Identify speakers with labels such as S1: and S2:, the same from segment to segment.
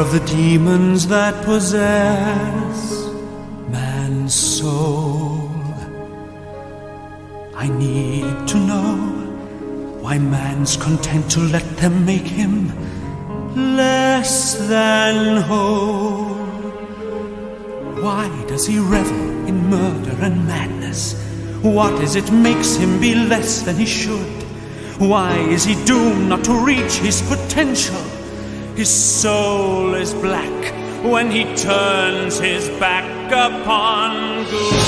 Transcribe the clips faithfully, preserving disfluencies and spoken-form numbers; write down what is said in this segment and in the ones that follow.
S1: of the demons that possess man's soul. I need to know why man's content to let them make him less than whole. Why does he revel in murder and madness? What is it makes him be less than he should? Why is he doomed not to reach his potential? His soul is black when he turns his back upon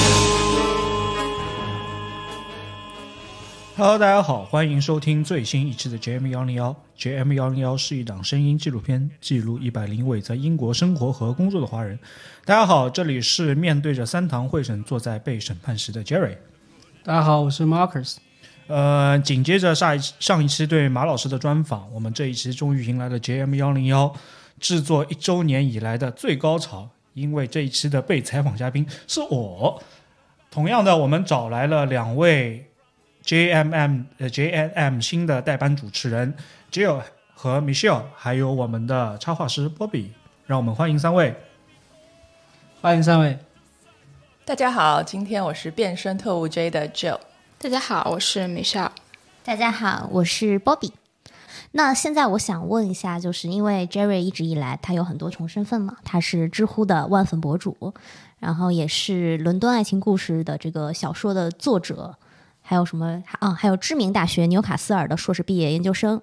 S1: good.Hello，
S2: 大家好，欢迎收听最新一期的 J M 一零一。J M 一零一 是一档声音纪录片，记录一百零位在英国生活和工作的华人。大家好，这里是面对着三堂会审坐在被审判时的 Jerry。
S3: 大家好，我是 Marcus。
S2: 呃，紧接着上一上一期对马老师的专访，我们这一期终于迎来了 J M 一零一 制作一周年以来的最高潮，因为这一期的被采访嘉宾是我。同样的，我们找来了两位J M M 呃 J M M 新的代班主持人 Jill 和 Michelle， 还有我们的插画师 Bobby， 让我们欢迎三位。
S3: 欢迎三位。
S4: 大家好，今天我是变身特务 J 的 Jill。
S5: 大家好，我是 Michelle。
S6: 大家好，我是 Bobby。那现在我想问一下，就是因为 Jerry 一直以来他有很多重身份嘛，他是知乎的万粉博主，然后也是伦敦爱情故事的这个小说的作者，还有什么啊？还有知名大学纽卡斯尔的硕士毕业研究生。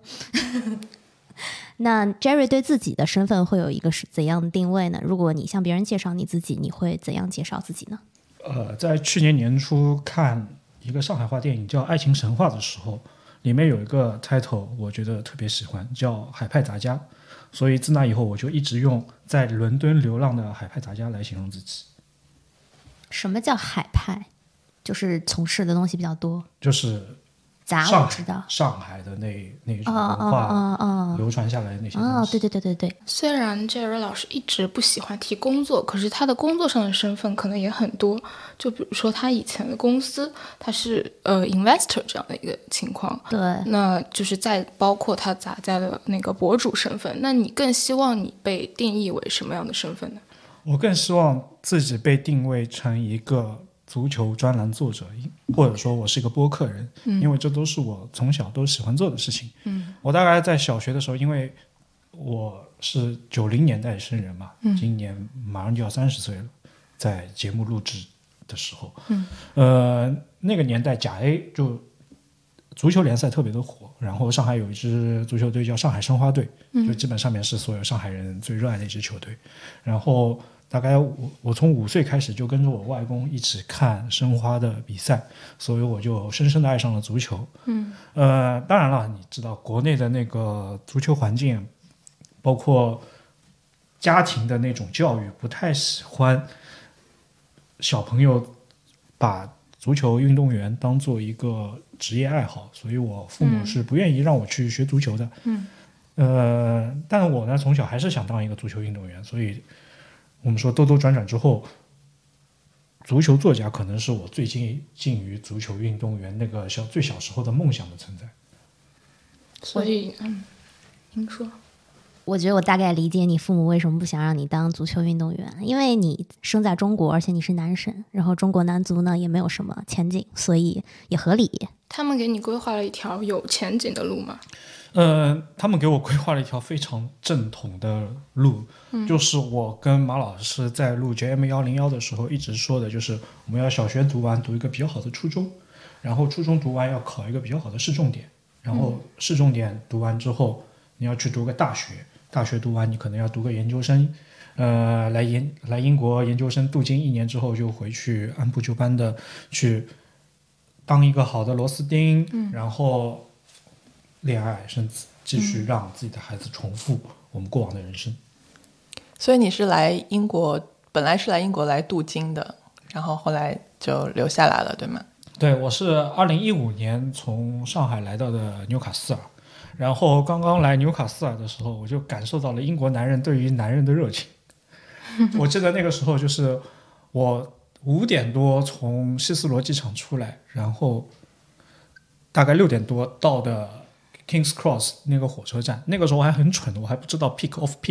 S6: 那 Jerry 对自己的身份会有一个是怎样的定位呢？如果你向别人介绍你自己，你会怎样介绍自己呢？
S2: 呃，在去年年初看一个上海话电影叫《爱情神话》的时候，里面有一个 title 我觉得特别喜欢，叫海派杂家，所以自那以后我就一直用在伦敦流浪的海派杂家来形容自己。
S6: 什么叫海派？就是从事的东西比较多，
S2: 就是
S6: 杂
S2: 上
S6: 我知道
S2: 上海的那那种文化流传下来的那些东西。
S6: 哦，对对对对对。
S5: 虽然 Jerry 老师一直不喜欢提工作，可是他的工作上的身份可能也很多。就比如说他以前的公司，他是呃 investor 这样的一个情况。
S6: 对。
S5: 那就是再包括他杂家的那个博主身份，那你更希望你被定义为什么样的身份呢？
S2: 我更希望自己被定位成一个足球专栏作者，或者说我是一个播客人、嗯、因为这都是我从小都喜欢做的事情、嗯、我大概在小学的时候，因为我是九零年代生人嘛、嗯、今年马上就要三十岁了，在节目录制的时候、嗯、呃，那个年代甲 A 就足球联赛特别的火，然后上海有一支足球队叫上海申花队、嗯、就基本上面是所有上海人最热爱的一支球队，然后大概我我从五岁开始就跟着我外公一起看申花的比赛，所以我就深深的爱上了足球。嗯，呃，当然了，你知道国内的那个足球环境，包括家庭的那种教育，不太喜欢小朋友把足球运动员当做一个职业爱好，所以我父母是不愿意让我去学足球的。嗯，呃，但我呢从小还是想当一个足球运动员，所以我们说兜兜转转之后，足球作家可能是我最近近于足球运动员那个小最小时候的梦想的存在。
S5: 所以嗯，您说。
S6: 我觉得我大概理解你父母为什么不想让你当足球运动员，因为你生在中国，而且你是男生，然后中国男足呢也没有什么前景，所以也合理。
S5: 他们给你规划了一条有前景的路吗？
S2: 呃，他们给我规划了一条非常正统的路、嗯、就是我跟马老师在录 J M 一零一 的时候一直说的，就是我们要小学读完读一个比较好的初中，然后初中读完要考一个比较好的市重点，然后市重点读完之后你要去读个大学，大学读完你可能要读个研究生，呃，来研来英国研究生镀金一年之后就回去按部就班的去当一个好的螺丝钉、嗯、然后恋爱生子，继续让自己的孩子重复我们过往的人生、嗯、
S4: 所以你是来英国，本来是来英国来镀金的，然后后来就留下来了对吗？
S2: 对，我是二零一五年从上海来到的纽卡斯尔，然后刚刚来纽卡斯尔的时候，我就感受到了英国男人对于男人的热情。我记得那个时候就是我五点多从希斯罗机场出来，然后大概六点多到的 King's Cross 那个火车站，那个时候我还很蠢，我还不知道 pick off pick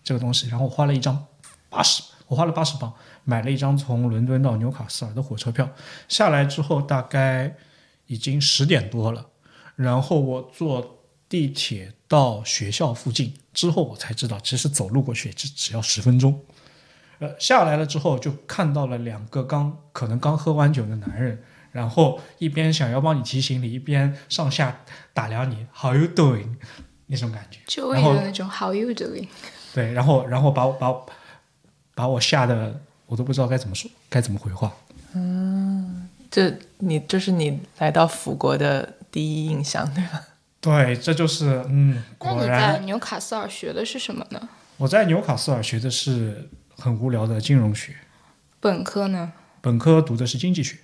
S2: 这个东西，然后我花了一张八十，我花了八十磅买了一张从伦敦到纽卡斯尔的火车票，下来之后大概已经十点多了，然后我坐地铁到学校附近之后，我才知道其实走路过去只只要十分钟。呃，下来了之后就看到了两个刚可能刚喝完酒的男人，然后一边想要帮你提行李，一边上下打量你 How you doing 那种感觉，
S5: 就为了那种 How you doing。
S2: 对，然后然后把我把我把我吓得我都不知道该怎么说，该怎么回话。
S4: 嗯，这你这是你来到法国的第一印象，对吧？
S2: 对，这就是嗯，
S5: 那你
S2: 果然
S5: 在纽卡斯尔学的是什么呢？
S2: 我在纽卡斯尔学的是很无聊的金融学，
S5: 本科呢？
S2: 本科读的是经济学。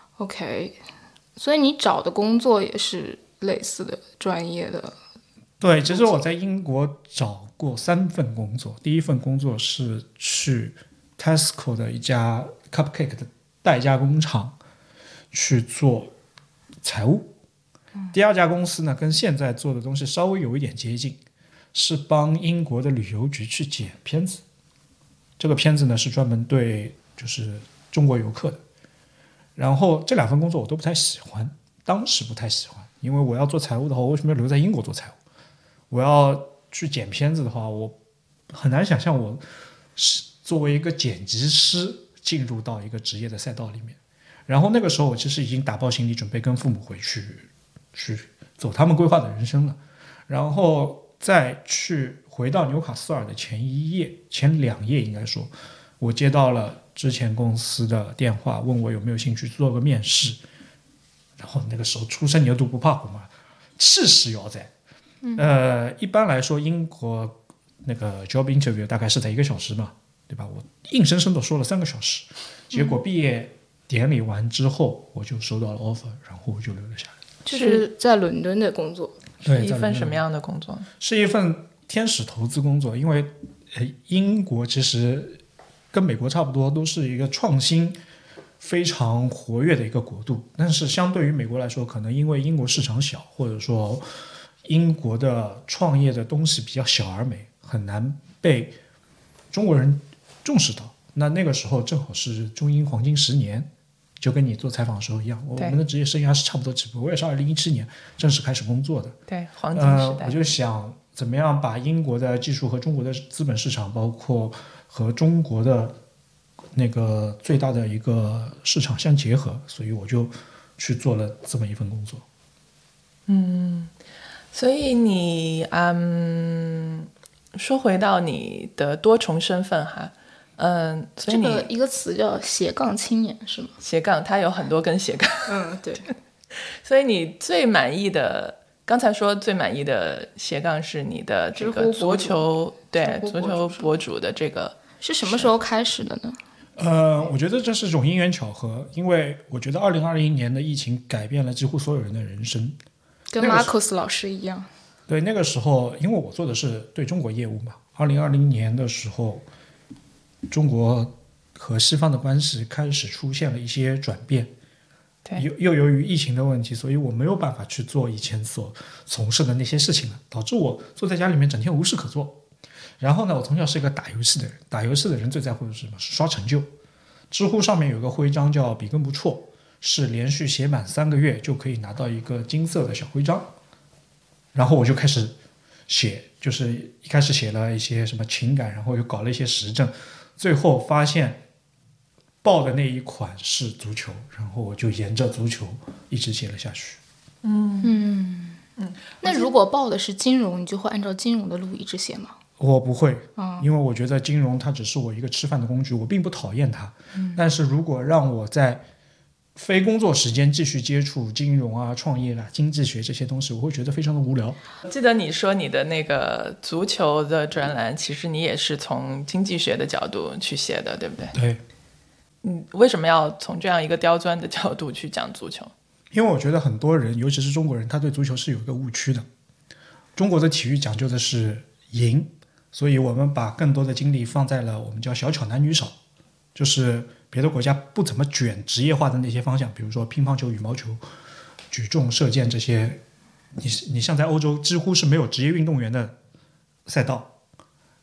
S5: OK， 所以你找的工作也是类似的专业的。
S2: 对，其实我在英国找过三份工作，第一份工作是去 Tesco 的一家 cupcake 的代加工厂去做财务。第二家公司呢，跟现在做的东西稍微有一点接近，是帮英国的旅游局去剪片子。这个片子呢是专门对就是中国游客的。然后这两份工作我都不太喜欢，当时不太喜欢，因为我要做财务的话，我为什么要留在英国做财务？我要去剪片子的话，我很难想象我是作为一个剪辑师进入到一个职业的赛道里面。然后那个时候我其实已经打包行李准备跟父母回去去走他们规划的人生了。然后再去回到纽卡斯尔的前一页前两页应该说，我接到了之前公司的电话，问我有没有兴趣做个面试。然后那个时候初生牛犊不怕虎嘛，气势要在。呃，一般来说，英国那个 job interview 大概是在一个小时嘛，对吧？我硬生生的说了三个小时，结果毕业典礼完之后，我就收到了 offer， 然后我就留了下来。
S5: 就是在伦敦的工作，
S4: 是一份什么样的工作？
S2: 是一份天使投资工作，因为呃，英国其实跟美国差不多，都是一个创新非常活跃的一个国度，但是相对于美国来说，可能因为英国市场小，或者说英国的创业的东西比较小而美，很难被中国人重视到。那那个时候正好是中英黄金十年，就跟你做采访的时候一样，我们的职业生涯是差不多起步。我也是二零一七年正式开始工作的，
S4: 对，黄金时代。
S2: 呃，我就想怎么样把英国的技术和中国的资本市场，包括和中国的那个最大的一个市场相结合，所以我就去做了这么一份工作。
S4: 嗯。所以你嗯，说回到你的多重身份哈，嗯，所以你
S5: 这个一个词叫斜杠青年是吗？
S4: 斜杠，它有很多根斜杠。
S5: 嗯，对。
S4: 所以你最满意的，刚才说最满意的斜杠是你的这个足球，对，足球博主的这个
S5: 是什么时候开始的呢？
S2: 呃，我觉得这是一种因缘巧合，因为我觉得二零二零年的疫情改变了几乎所有人的人生。
S5: 跟马克思老师一样，
S2: 对，那个时候因为我做的是对中国业务嘛，二零二零年的时候，中国和西方的关系开始出现了一些转变，
S4: 对，
S2: 又又由于疫情的问题，所以我没有办法去做以前所从事的那些事情了，导致我坐在家里面整天无事可做。然后呢，我从小是一个打游戏的人，打游戏的人最在乎的是什么？是刷成就。知乎上面有个徽章叫比根不错，是连续写满三个月就可以拿到一个金色的小徽章。然后我就开始写，就是一开始写了一些什么情感，然后又搞了一些时政，最后发现报的那一款是足球，然后我就沿着足球一直写了下去。
S5: 嗯嗯嗯。那如果报的是金融，你就会按照金融的路一直写吗？
S2: 我不会，
S5: 嗯、
S2: 因为我觉得金融它只是我一个吃饭的工具，我并不讨厌它。
S5: 嗯、
S2: 但是如果让我在非工作时间继续接触金融啊、创业啦、经济学这些东西，我会觉得非常的无聊。
S4: 记得你说你的那个足球的专栏，其实你也是从经济学的角度去写的，对不对？
S2: 对。
S4: 嗯，为什么要从这样一个刁钻的角度去讲足球？
S2: 因为我觉得很多人，尤其是中国人，他对足球是有一个误区的。中国的体育讲究的是赢，所以我们把更多的精力放在了我们叫小巧男女少，就是别的国家不怎么卷职业化的那些方向，比如说乒乓球、羽毛球、举重、射箭这些，你你像在欧洲几乎是没有职业运动员的赛道。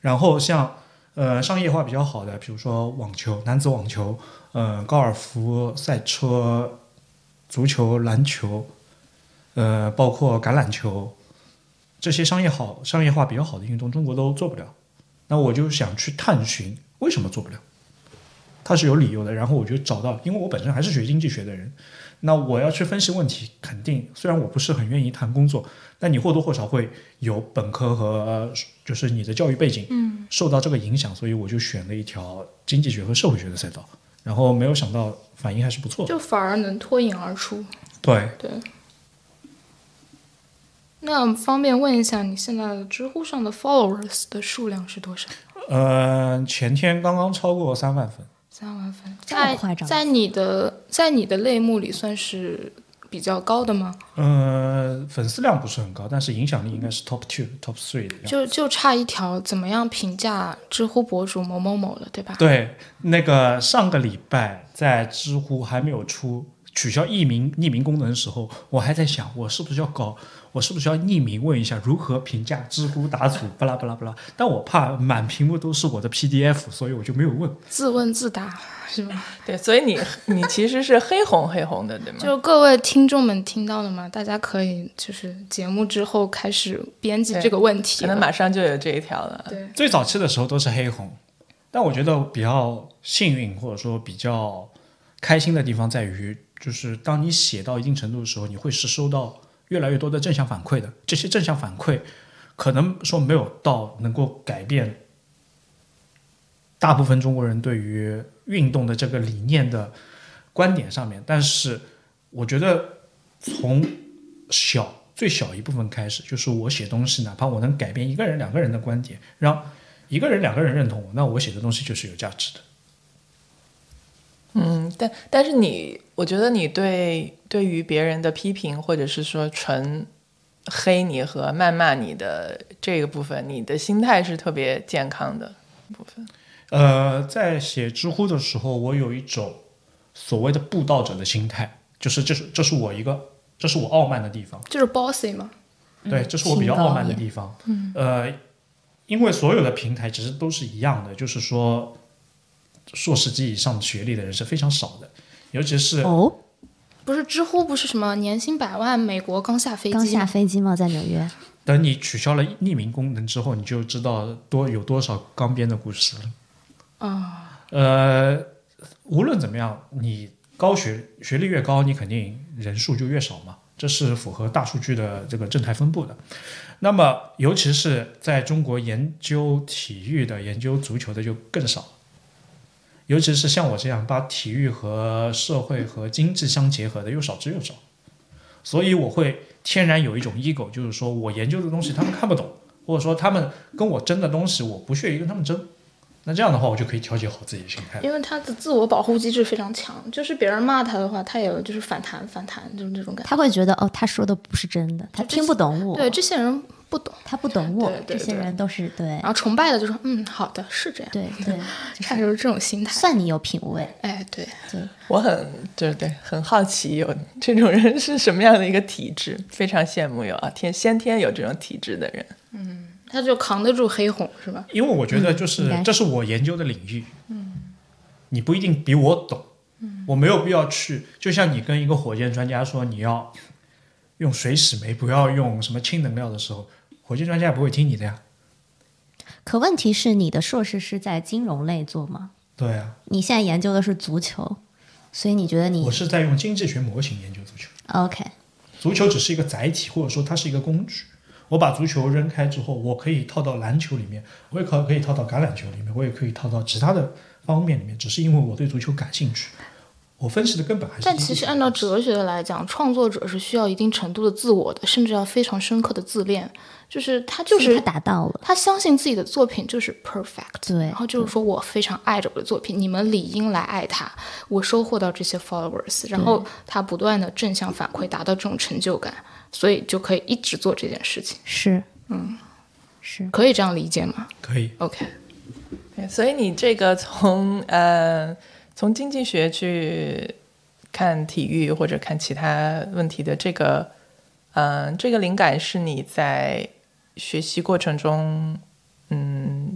S2: 然后像呃商业化比较好的，比如说网球、男子网球、呃高尔夫、赛车、足球、篮球，呃包括橄榄球，这些商业好、商业化比较好的运动，中国都做不了。那我就想去探寻为什么做不了，它是有理由的。然后我就找到，因为我本身还是学经济学的人，那我要去分析问题，肯定虽然我不是很愿意谈工作，但你或多或少会有本科和、呃、就是你的教育背景受到这个影响，所以我就选了一条经济学和社会学的赛道，然后没有想到反应还是不错的，
S5: 就反而能脱颖而出。
S2: 对
S5: 对。那方便问一下，你现在的知乎上的 followers 的数量是多少？
S2: 呃，前天刚刚超过三万粉。
S5: 三万粉，
S6: 这么
S5: 在
S6: 快涨
S5: 在你的在你的类目里算是比较高的吗？
S2: 呃，粉丝量不是很高，但是影响力应该是 top two、top three 的样子。
S5: 就就差一条，怎么样评价知乎博主某某某了，对吧？
S2: 对，那个上个礼拜在知乎还没有出取消匿名匿名功能的时候，我还在想，我是不是要搞，我是不是要匿名问一下如何评价知乎答组，巴拉巴拉巴拉。但我怕满屏幕都是我的 P D F， 所以我就没有问。
S5: 自问自答是吧？
S4: 对，所以你你其实是黑红黑红的，对吗？
S5: 就各位听众们听到了吗？大家可以就是节目之后开始编辑这个问题了，
S4: 可能马上就有这一条了。
S5: 对，
S2: 最早期的时候都是黑红，但我觉得比较幸运或者说比较开心的地方在于，就是当你写到一定程度的时候，你会是收到越来越多的正向反馈的。这些正向反馈可能说没有到能够改变大部分中国人对于运动的这个理念的观点上面，但是我觉得从小最小一部分开始，就是我写东西，哪怕我能改变一个人两个人的观点，让一个人两个人认同我，那我写的东西就是有价值的。
S4: 嗯，但但是你，我觉得你对对于别人的批评，或者是说纯黑你和谩骂你的这个部分，你的心态是特别健康的部分。
S2: 呃，在写知乎的时候，我有一种所谓的布道者的心态，就是这是这是我一个，这是我傲慢的地方，
S5: 就是 bossy 嘛。
S2: 对，这是我比较傲慢的地方。嗯，呃，因为所有的平台其实都是一样的，就是说硕士及以上学历的人是非常少的，尤其是
S6: 哦，
S5: 不是知乎不是什么年薪百万，美国刚下飞机吗，
S6: 刚下飞机吗？在纽约。
S2: 等你取消了匿名功能之后，你就知道多有多少刚编的故事了。
S5: 啊、
S2: 呃，无论怎么样，你高学学历越高，你肯定人数就越少嘛，这是符合大数据的这个正态分布的。那么，尤其是在中国研究体育的、研究足球的就更少，尤其是像我这样把体育和社会和经济相结合的又少之又少，所以我会天然有一种 ego， 就是说我研究的东西他们看不懂，或者说他们跟我争的东西我不屑于跟他们争。那这样的话，我就可以调节好自己的心态。
S5: 因为他的自我保护机制非常强，就是别人骂他的话，他也就是反弹反弹，就是这种感觉。
S6: 他会觉得哦，他说的不是真的，他听不懂我。
S5: 对，这些人不懂，
S6: 他不懂我，
S5: 对对对
S6: 这些人都是对。
S5: 然后崇拜的就说嗯，好的，是这样。
S6: 对对，
S5: 他就是这种心态。
S6: 算你有品味。
S5: 哎，对
S6: 对，
S4: 我很对对很好奇，有这种人是什么样的一个体质，非常羡慕有啊天先天有这种体质的人。
S5: 嗯。他就扛得住黑红是吧？
S2: 因为我觉得就是、
S6: 嗯、
S2: 这是我研究的领域，嗯，你不一定比我懂，嗯，我没有必要去，就像你跟一个火箭专家说你要用水洗煤，不要用什么氢能料的时候，火箭专家也不会听你的呀。
S6: 可问题是，你的硕士是在金融类做吗？
S2: 对啊，
S6: 你现在研究的是足球，所以你觉得你
S2: 我是在用经济学模型研究足球。
S6: OK，
S2: 足球只是一个载体，或者说它是一个工具。我把足球扔开之后，我可以套到篮球里面，我也可可以套到橄榄球里面，我也可以套到其他的方面里面，只是因为我对足球感兴趣。我分析的根本还是。
S5: 但其实按照哲学的来讲，创作者是需要一定程度的自我的，甚至要非常深刻的自恋。就是他就是
S6: 他达到了，
S5: 他相信自己的作品就是 perfect，
S6: 对，
S5: 然后就是说我非常爱着我的作品，你们理应来爱他，我收获到这些 followers， 然后他不断的正向反馈，达到这种成就感，所以就可以一直做这件事情。
S6: 是，
S5: 嗯，
S6: 是，
S5: 可以这样理解吗？
S2: 可以
S5: ，OK。
S4: 所以你这个从呃从经济学去看体育或者看其他问题的这个，嗯、呃，这个灵感是你在学习过程中，嗯，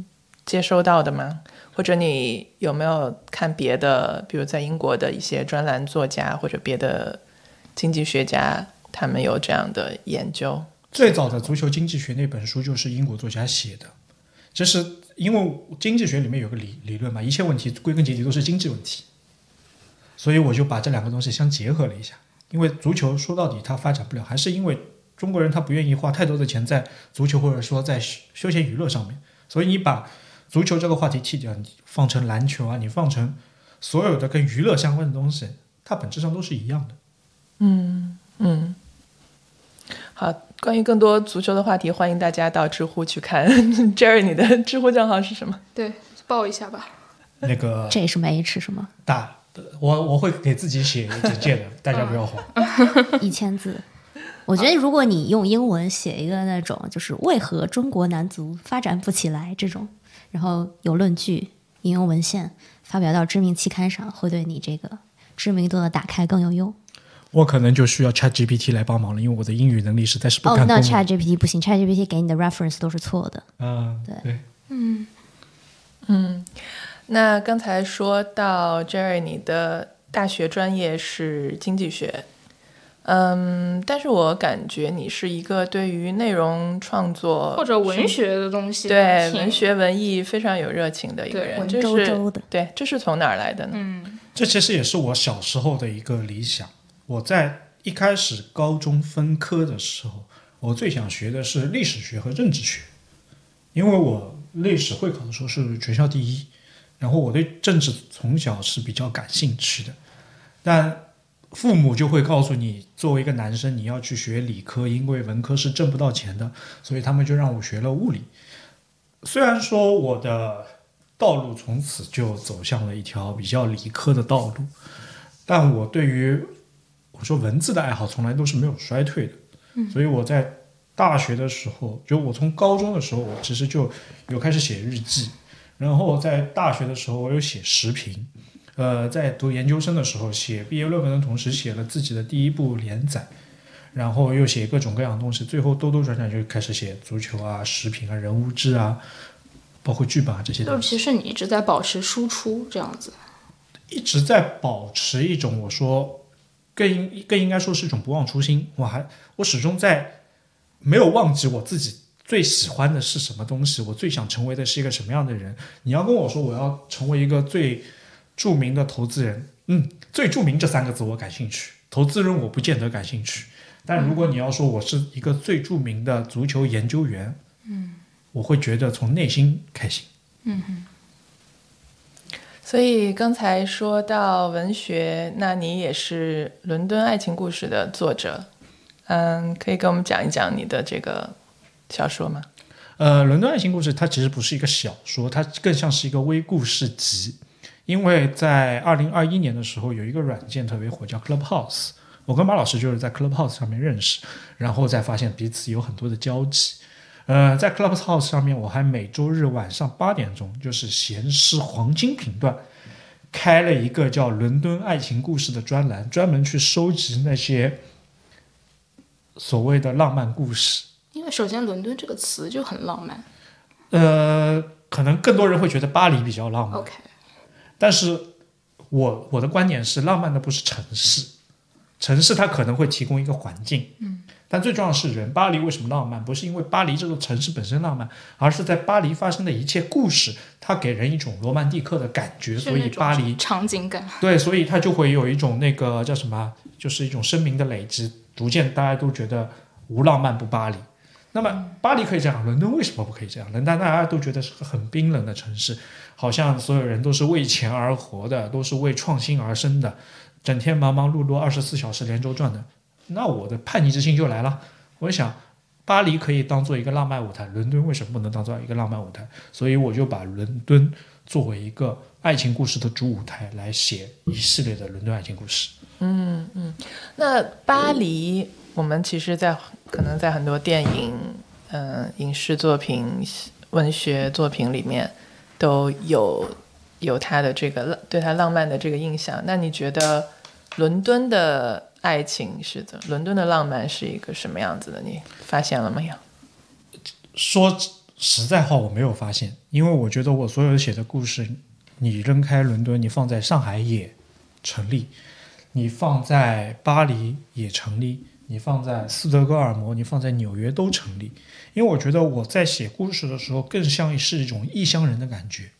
S4: 接收到的吗？或者你有没有看别的，比如在英国的一些专栏作家或者别的经济学家，他们有这样的研究？
S2: 最早的足球经济学那本书就是英国作家写的，这是因为经济学里面有个理理论嘛，一切问题归根结底都是经济问题，所以我就把这两个东西相结合了一下。因为足球说到底它发展不了，还是因为中国人他不愿意花太多的钱在足球或者说在休闲娱乐上面，所以你把足球这个话题剔掉，你放成篮球啊，你放成所有的跟娱乐相关的东西，它本质上都是一样的。
S4: 嗯嗯，好，关于更多足球的话题，欢迎大家到知乎去看。Jerry， 你的知乎账号是什么？
S5: 对，报一下吧。
S2: 那个
S6: 这也是 H 是吗？
S2: 大，我我会给自己写简介的，大家不要慌。
S6: 一千字。我觉得如果你用英文写一个那种就是为何中国男足发展不起来这种，然后有论据引用文献发表到知名期刊上，会对你这个知名度的打开更有用。
S2: 我可能就需要 ChatGPT 来帮忙了，因为我的英语能力实在是不堪
S6: 哦，那
S2: 公
S6: ChatGPT 不行 ，ChatGPT 给你的 reference 都是错的。
S2: 嗯，
S6: 对
S2: 对，
S5: 嗯
S4: 嗯，那刚才说到 Jerry， 你的大学专业是经济学，嗯，但是我感觉你是一个对于内容创作
S5: 或者文学的东西，
S4: 对
S5: 挺
S4: 文学文艺非常有热情的一个人，
S6: 文
S4: 这是
S6: 绉绉的。
S4: 对，这是从哪儿来的呢？
S5: 嗯
S2: 这其实也是我小时候的一个理想。我在一开始高中分科的时候，我最想学的是历史学和政治学，因为我历史会考的时候是全校第一，然后我对政治从小是比较感兴趣的，但父母就会告诉你，作为一个男生你要去学理科，因为文科是挣不到钱的，所以他们就让我学了物理。虽然说我的道路从此就走向了一条比较理科的道路，但我对于我说文字的爱好从来都是没有衰退的。嗯，所以我在大学的时候，就我从高中的时候，我其实就有开始写日记，然后在大学的时候我有写时评，呃，在读研究生的时候写毕业论文的同时写了自己的第一部连载，然后又写各种各样的东西，最后兜兜转转就开始写足球啊、时评啊、人物志啊，包括剧本啊这些东西。
S5: 就是其实你一直在保持输出这样子，
S2: 一直在保持一种我说更更应该说是一种不忘初心。我还我始终在没有忘记我自己最喜欢的是什么东西，我最想成为的是一个什么样的人。你要跟我说我要成为一个最著名的投资人，嗯，最著名这三个字我感兴趣，投资人我不见得感兴趣。但如果你要说我是一个最著名的足球研究员，嗯，我会觉得从内心开心。
S5: 嗯哼。
S4: 所以刚才说到文学，那你也是《伦敦爱情故事》的作者，嗯，可以给我们讲一讲你的这个小说吗？
S2: 呃，《伦敦爱情故事》它其实不是一个小说，它更像是一个微故事集。因为在二零二一年的时候，有一个软件特别火，叫 Clubhouse。我跟马老师就是在 Clubhouse 上面认识，然后再发现彼此有很多的交集。呃，在 Clubhouse 上面，我还每周日晚上八点钟，就是闲诗黄金频段，开了一个叫《伦敦爱情故事》的专栏，专门去收集那些所谓的浪漫故事。
S5: 因为首先伦敦这个词就很浪漫，
S2: 呃，可能更多人会觉得巴黎比较浪漫。
S5: OK，
S2: 但是我我的观点是，浪漫的不是城市，城市它可能会提供一个环境，嗯，但最重要的是人。巴黎为什么浪漫？不是因为巴黎这座城市本身浪漫，而是在巴黎发生的一切故事，它给人一种罗曼蒂克的感觉，所以巴黎
S5: 场景感，
S2: 对，所以它就会有一种那个叫什么，就是一种声名的累积，逐渐大家都觉得无浪漫不巴黎。那么巴黎可以这样，伦敦为什么不可以这样？伦敦大家都觉得是个很冰冷的城市，好像所有人都是为钱而活的，都是为创新而生的，整天忙忙碌碌，二十四小时连轴转的。那我的叛逆之心就来了，我想巴黎可以当做一个浪漫舞台，伦敦为什么不能当做一个浪漫舞台？所以我就把伦敦作为一个爱情故事的主舞台来写一系列的伦敦爱情故事。
S4: 嗯嗯，那巴黎，我们其实在可能在很多电影、嗯、呃、影视作品、文学作品里面都有有它的这个对它浪漫的这个印象。那你觉得伦敦的爱情是怎？伦敦的浪漫是一个什么样子的？你发现了没有？
S2: 说实在话我没有发现，因为我觉得我所有写的故事，你扔开伦敦，你放在上海也成立，你放在巴黎也成立，你放在斯德哥尔摩，你放在纽约都成立。因为我觉得我在写故事的时候更像是一种异乡人的感觉，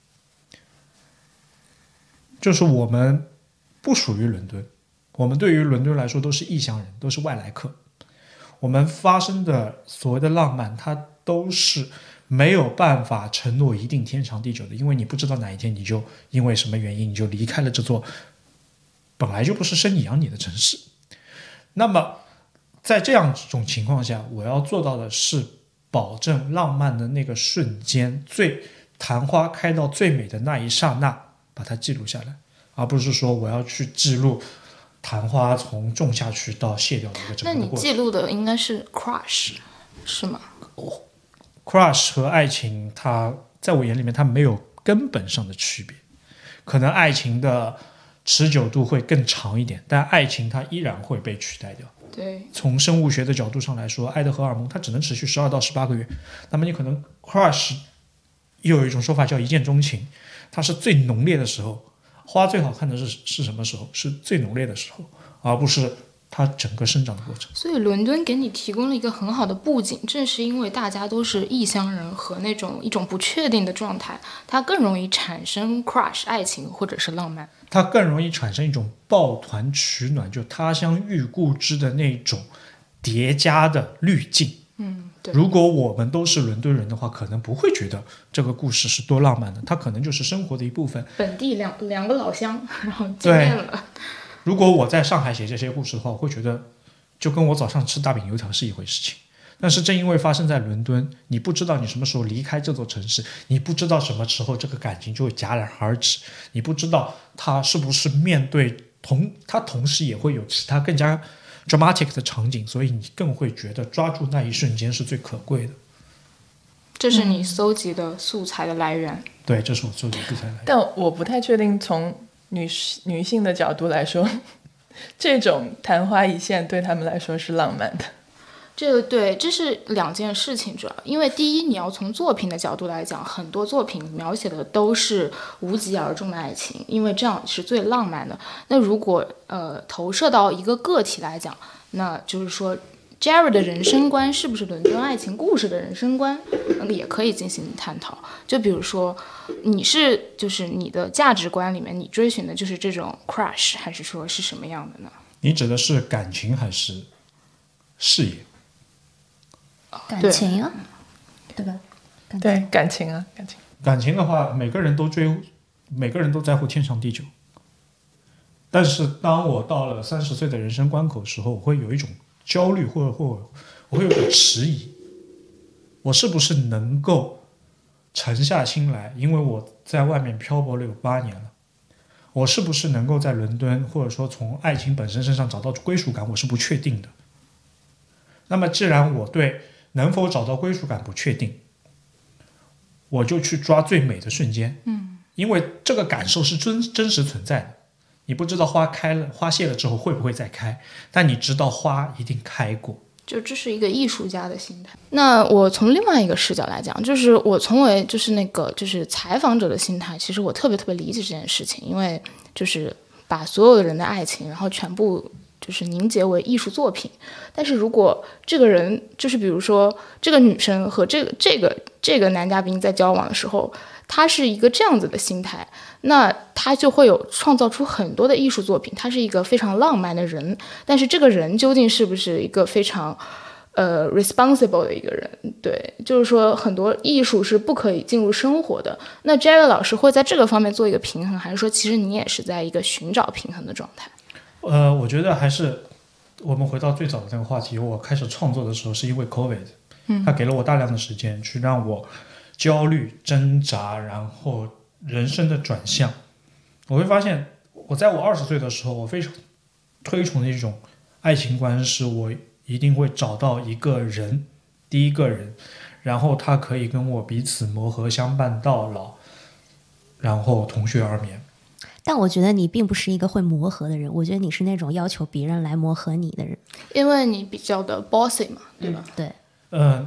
S2: 就是我们不属于伦敦，我们对于伦敦来说都是异乡人，都是外来客。我们发生的所谓的浪漫，它都是没有办法承诺一定天长地久的，因为你不知道哪一天你就因为什么原因你就离开了这座本来就不是生你养你的城市。那么在这样一种情况下，我要做到的是保证浪漫的那个瞬间，最昙花开到最美的那一刹那把它记录下来，而不是说我要去记录昙花从种下去到谢掉的一个整个的过程。
S5: 那你记录的应该是 crush 是吗？
S2: crush 和爱情它在我眼里面它没有根本上的区别，可能爱情的持久度会更长一点，但爱情它依然会被取代掉。
S5: 对，
S2: 从生物学的角度上来说，爱的荷尔蒙它只能持续十二到十八个月。那么你可能 crush 又有一种说法叫一见钟情，它是最浓烈的时候。花最好看的是是什么时候？是最浓烈的时候，而不是它整个生长的过程。
S5: 所以伦敦给你提供了一个很好的布景，正是因为大家都是异乡人和那种一种不确定的状态，它更容易产生 crush 爱情或者是浪漫，
S2: 它更容易产生一种抱团取暖，就他乡遇故知的那种叠加的滤镜。
S5: 嗯，对。
S2: 如果我们都是伦敦人的话，可能不会觉得这个故事是多浪漫的，它可能就是生活的一部分。
S5: 本地两两个老乡，然后见面了。
S2: 如果我在上海写这些故事的话，我会觉得就跟我早上吃大饼油条是一回事情。但是正因为发生在伦敦，你不知道你什么时候离开这座城市，你不知道什么时候这个感情就会戛然而止，你不知道他是不是面对同他同时也会有其他更加 dramatic 的场景，所以你更会觉得抓住那一瞬间是最可贵的。
S5: 这是你搜集的素材的来源。
S2: 嗯、对，这是我搜集素材的来源。
S4: 但我不太确定从女女性的角度来说，这种昙花一现对他们来说是浪漫的。
S5: 这个对，这是两件事情，主要因为第一，你要从作品的角度来讲，很多作品描写的都是无疾而终的爱情，因为这样是最浪漫的。那如果呃投射到一个个体来讲，那就是说 Jerry 的人生观是不是伦敦爱情故事的人生观，那个也可以进行探讨。就比如说，你是就是你的价值观里面，你追寻的就是这种 crush， 还是说是什么样的呢？
S2: 你指的是感情还是事业？
S6: 感情啊，对吧？感情
S4: 对，感情啊，感情。
S2: 感情的话，每个人都追，每个人都在乎天长地久。但是当我到了三十岁的人生关口的时候，我会有一种焦虑，或者或我会有点迟疑，我是不是能够沉下心来？因为我在外面漂泊了有八年了，我是不是能够在伦敦，或者说从爱情本身身上找到归属感？我是不确定的。那么既然我对能否找到归属感不确定，我就去抓最美的瞬间。
S5: 嗯，
S2: 因为这个感受是真真实存在的。你不知道花开了花谢了之后会不会再开，但你知道花一定开过。
S5: 就这是一个艺术家的心态。那我从另外一个视角来讲，就是我从为就是那个就是采访者的心态，其实我特别特别理解这件事情，因为就是把所有的人的爱情，然后全部就是凝结为艺术作品。但是如果这个人就是比如说这个女生和这个这个这个男嘉宾在交往的时候，他是一个这样子的心态，那他就会有创造出很多的艺术作品。他是一个非常浪漫的人，但是这个人究竟是不是一个非常呃 responsible 的一个人？对，就是说很多艺术是不可以进入生活的。那 Jerry 老师会在这个方面做一个平衡，还是说其实你也是在一个寻找平衡的状态？
S2: 呃，我觉得还是我们回到最早的那个话题，我开始创作的时候是因为 COVID，
S5: 嗯，
S2: 它给了我大量的时间去让我焦虑、挣扎，然后人生的转向。我会发现，我在我二十岁的时候，我非常推崇的一种爱情观是，我一定会找到一个人，第一个人，然后他可以跟我彼此磨合，相伴到老，然后同穴而眠。
S6: 但我觉得你并不是一个会磨合的人，我觉得你是那种要求别人来磨合你的人，
S5: 因为你比较的 bossy 嘛，对吧？
S6: 嗯、对。
S2: 嗯、呃，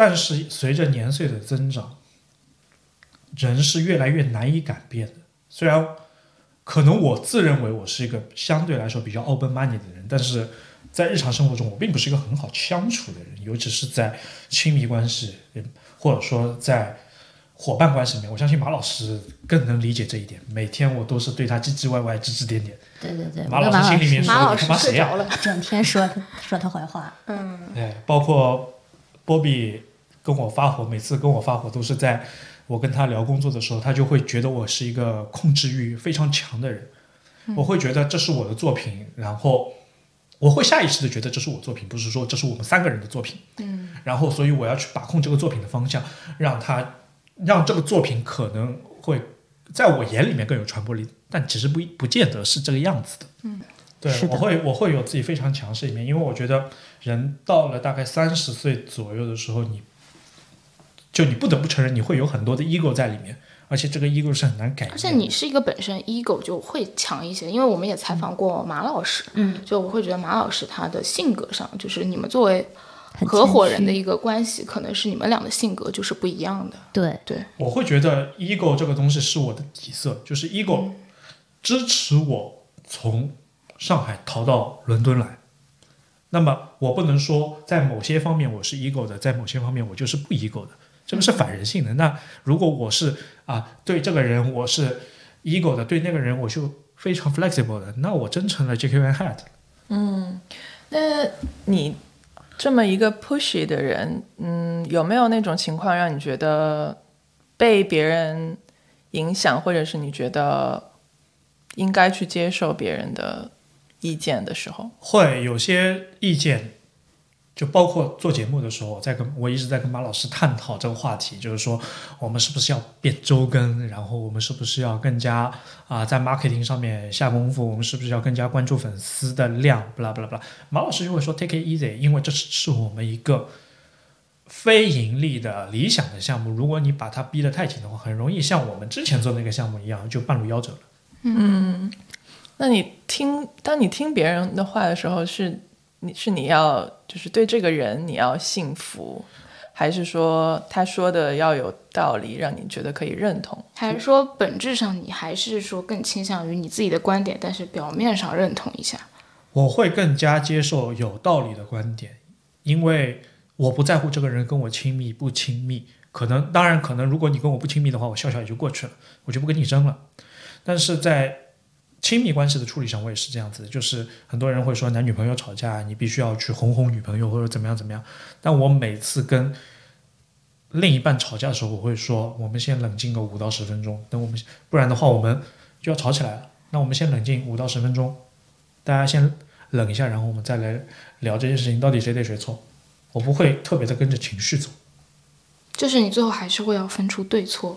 S2: 但是随着年岁的增长，人是越来越难以改变的。虽然可能我自认为我是一个相对来说比较 open minded 的人，但是在日常生活中我并不是一个很好相处的人，尤其是在亲密关系或者说在伙伴关系里面，我相信马老师更能理解这一点。每天我都是对他唧唧歪歪指指点点。
S6: 对对对，
S2: 马老师心里面说
S5: 马老师
S2: 你他妈谁呀、
S5: 了，
S6: 整天说他说他坏话。
S5: 嗯，
S2: 对，包括波比跟我发火，每次跟我发火都是在我跟他聊工作的时候，他就会觉得我是一个控制欲非常强的人。我会觉得这是我的作品，然后我会下意识的觉得这是我作品，不是说这是我们三个人的作品。
S5: 嗯，
S2: 然后所以我要去把控这个作品的方向，让他让这个作品可能会在我眼里面更有传播力，但其实不不见得是这个样子的。
S5: 嗯，
S2: 对，
S6: 是的
S2: 我会我会有自己非常强势一面，因为我觉得人到了大概三十岁左右的时候，你就你不得不承认你会有很多的 ego 在里面，而且这个 ego 是很难改变的。
S5: 而且你是一个本身 ego 就会强一些，因为我们也采访过马老师，
S6: 嗯，
S5: 就我会觉得马老师他的性格上，就是你们作为
S6: 很
S5: 合伙人
S6: 谦虚
S5: 的一个关系，可能是你们俩的性格就是不一样的。
S6: 对
S5: 对，
S2: 我会觉得 ego 这个东西是我的底色，就是 ego 支持我从上海逃到伦敦来。那么我不能说在某些方面我是 ego 的，在某些方面我就是不 ego 的，这个是反人性的。那如果我是啊对这个人我是 ego 的，对那个人我就非常 flexible 的，那我真成了 J K and Hat。
S4: 嗯，那你这么一个 pushy 的人，嗯，有没有那种情况让你觉得被别人影响，或者是你觉得应该去接受别人的意见的时候？
S2: 会有些意见，就包括做节目的时候，在跟我一直在跟马老师探讨这个话题，就是说我们是不是要变周更，然后我们是不是要更加啊、呃、在 marketing 上面下功夫，我们是不是要更加关注粉丝的量，不啦不啦不啦。马老师就会说 take it easy， 因为这是我们一个非盈利的理想的项目，如果你把它逼得太紧的话，很容易像我们之前做那个项目一样，就半路夭折了。
S4: 嗯，那你听，当你听别人的话的时候，是你是你要就是对这个人你要信服，还是说他说的要有道理，让你觉得可以认同？
S5: 还是说本质上你还是说更倾向于你自己的观点，但是表面上认同一下？
S2: 我会更加接受有道理的观点，因为我不在乎这个人跟我亲密不亲密。可能当然可能如果你跟我不亲密的话，我笑笑也就过去了，我就不跟你争了。但是在亲密关系的处理上，我也是这样子的，就是很多人会说男女朋友吵架你必须要去哄哄女朋友或者怎么样怎么样，但我每次跟另一半吵架的时候，我会说我们先冷静个五到十分钟，等我们不然的话我们就要吵起来了。那我们先冷静五到十分钟，大家先冷一下，然后我们再来聊这件事情到底谁对谁错。我不会特别的跟着情绪走，
S5: 就是你最后还是会要分出对错。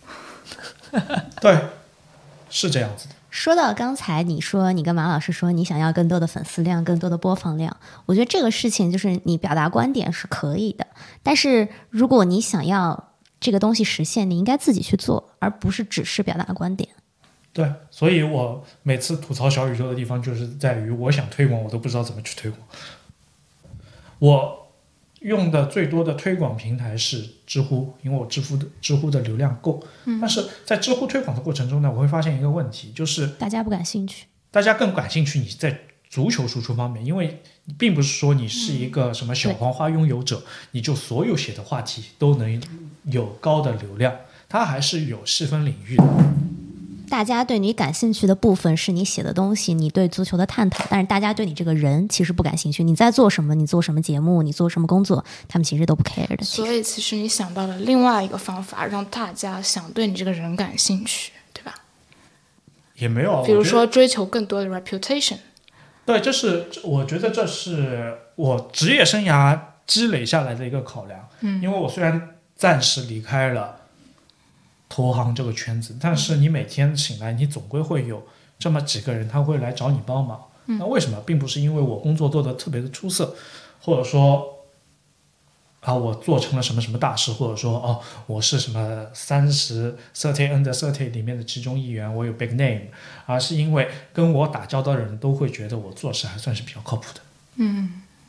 S2: 对，是这样子的。
S6: 说到刚才你说你跟马老师说你想要更多的粉丝量，更多的播放量，我觉得这个事情就是你表达观点是可以的，但是如果你想要这个东西实现，你应该自己去做，而不是只是表达观点。
S2: 对，所以我每次吐槽小宇宙的地方就是在于我想推广我都不知道怎么去推广。我用的最多的推广平台是知乎，因为我知乎的知乎的流量够、嗯、但是在知乎推广的过程中呢，我会发现一个问题，就是
S6: 大家不感兴趣，
S2: 大家更感兴趣你在足球输出方面，因为并不是说你是一个什么小黄花拥有者、嗯、你就所有写的话题都能有高的流量，它还是有细分领域的。
S6: 大家对你感兴趣的部分是你写的东西，你对足球的探讨，但是大家对你这个人其实不感兴趣，你在做什么，你做什么节目，你做什么工作，他们其实都不 care 的。
S5: 所以其实你想到了另外一个方法，让大家想对你这个人感兴趣，对吧？
S2: 也没有，
S5: 比如说追求更多的 reputation。
S2: 对，这是我觉得这是我职业生涯积累下来的一个考量。嗯，因为我虽然暂时离开了投行这个圈子，但是你每天醒来你总归会有这么几个人他会来找你帮忙、嗯、那为什么？并不是因为我工作做得特别的出色，或者说啊我做成了什么什么大事，或者说哦我是什么三十 thirty under thirty 里面的其中一员，我有 big name， 而是因为跟我打交道的人都会觉得我做事还算是比较靠谱的。
S5: 嗯，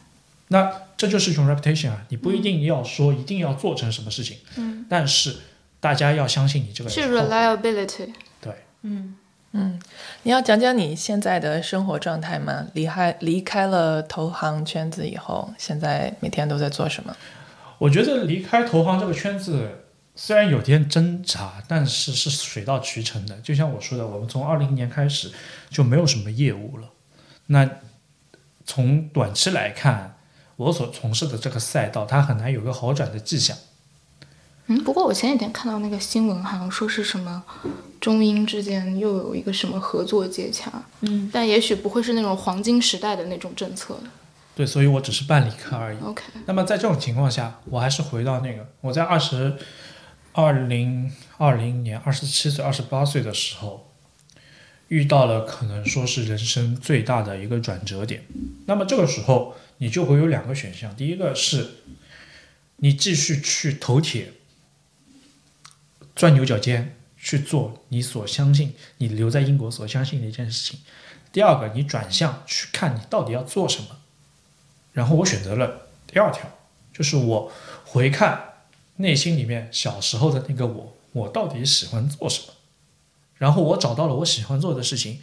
S2: 那这就是一种 reputation 啊，你不一定要说一定要做成什么事情，
S5: 嗯，
S2: 但是大家要相信你这个
S5: 是
S2: 人。
S5: reliability。
S2: 对，
S6: 嗯
S4: 嗯，你要讲讲你现在的生活状态吗？离开离开了投行圈子以后，现在每天都在做什么？
S2: 我觉得离开投行这个圈子虽然有点挣扎，但是是水到渠成的。就像我说的，我们从二零年开始就没有什么业务了。那从短期来看，我所从事的这个赛道，它很难有个好转的迹象。
S5: 嗯，不过我前几天看到那个新闻，好像说是什么中英之间又有一个什么合作接洽，
S6: 嗯，
S5: 但也许不会是那种黄金时代的那种政策。
S2: 对，所以我只是半离开而已。
S5: OK，
S2: 那么在这种情况下，我还是回到那个我在二十二零二零年二十七岁、二十八岁的时候，遇到了可能说是人生最大的一个转折点。那么这个时候，你就会有两个选项，第一个是你继续去头铁、钻牛角尖去做你所相信、你留在英国所相信的一件事情；第二个，你转向去看你到底要做什么。然后我选择了第二条，就是我回看内心里面小时候的那个我，我到底喜欢做什么。然后我找到了我喜欢做的事情。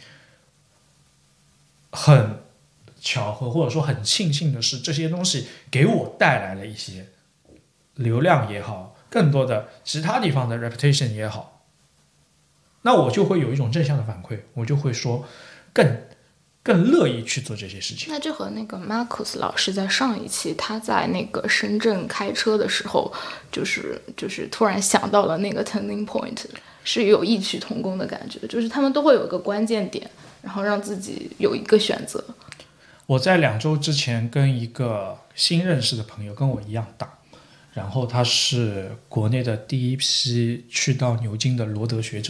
S2: 很巧合或者说很庆幸的是，这些东西给我带来了一些流量也好，更多的其他地方的 reputation 也好，那我就会有一种正向的反馈，我就会说更更乐意去做这些事情。
S5: 那这和那个 Marcus 老师在上一期他在那个深圳开车的时候，就是就是突然想到了那个 turning point， 是有异曲同工的感觉，就是他们都会有一个关键点，然后让自己有一个选择。
S2: 我在两周之前跟一个新认识的朋友，跟我一样大，然后他是国内的第一批去到牛津的罗德学者。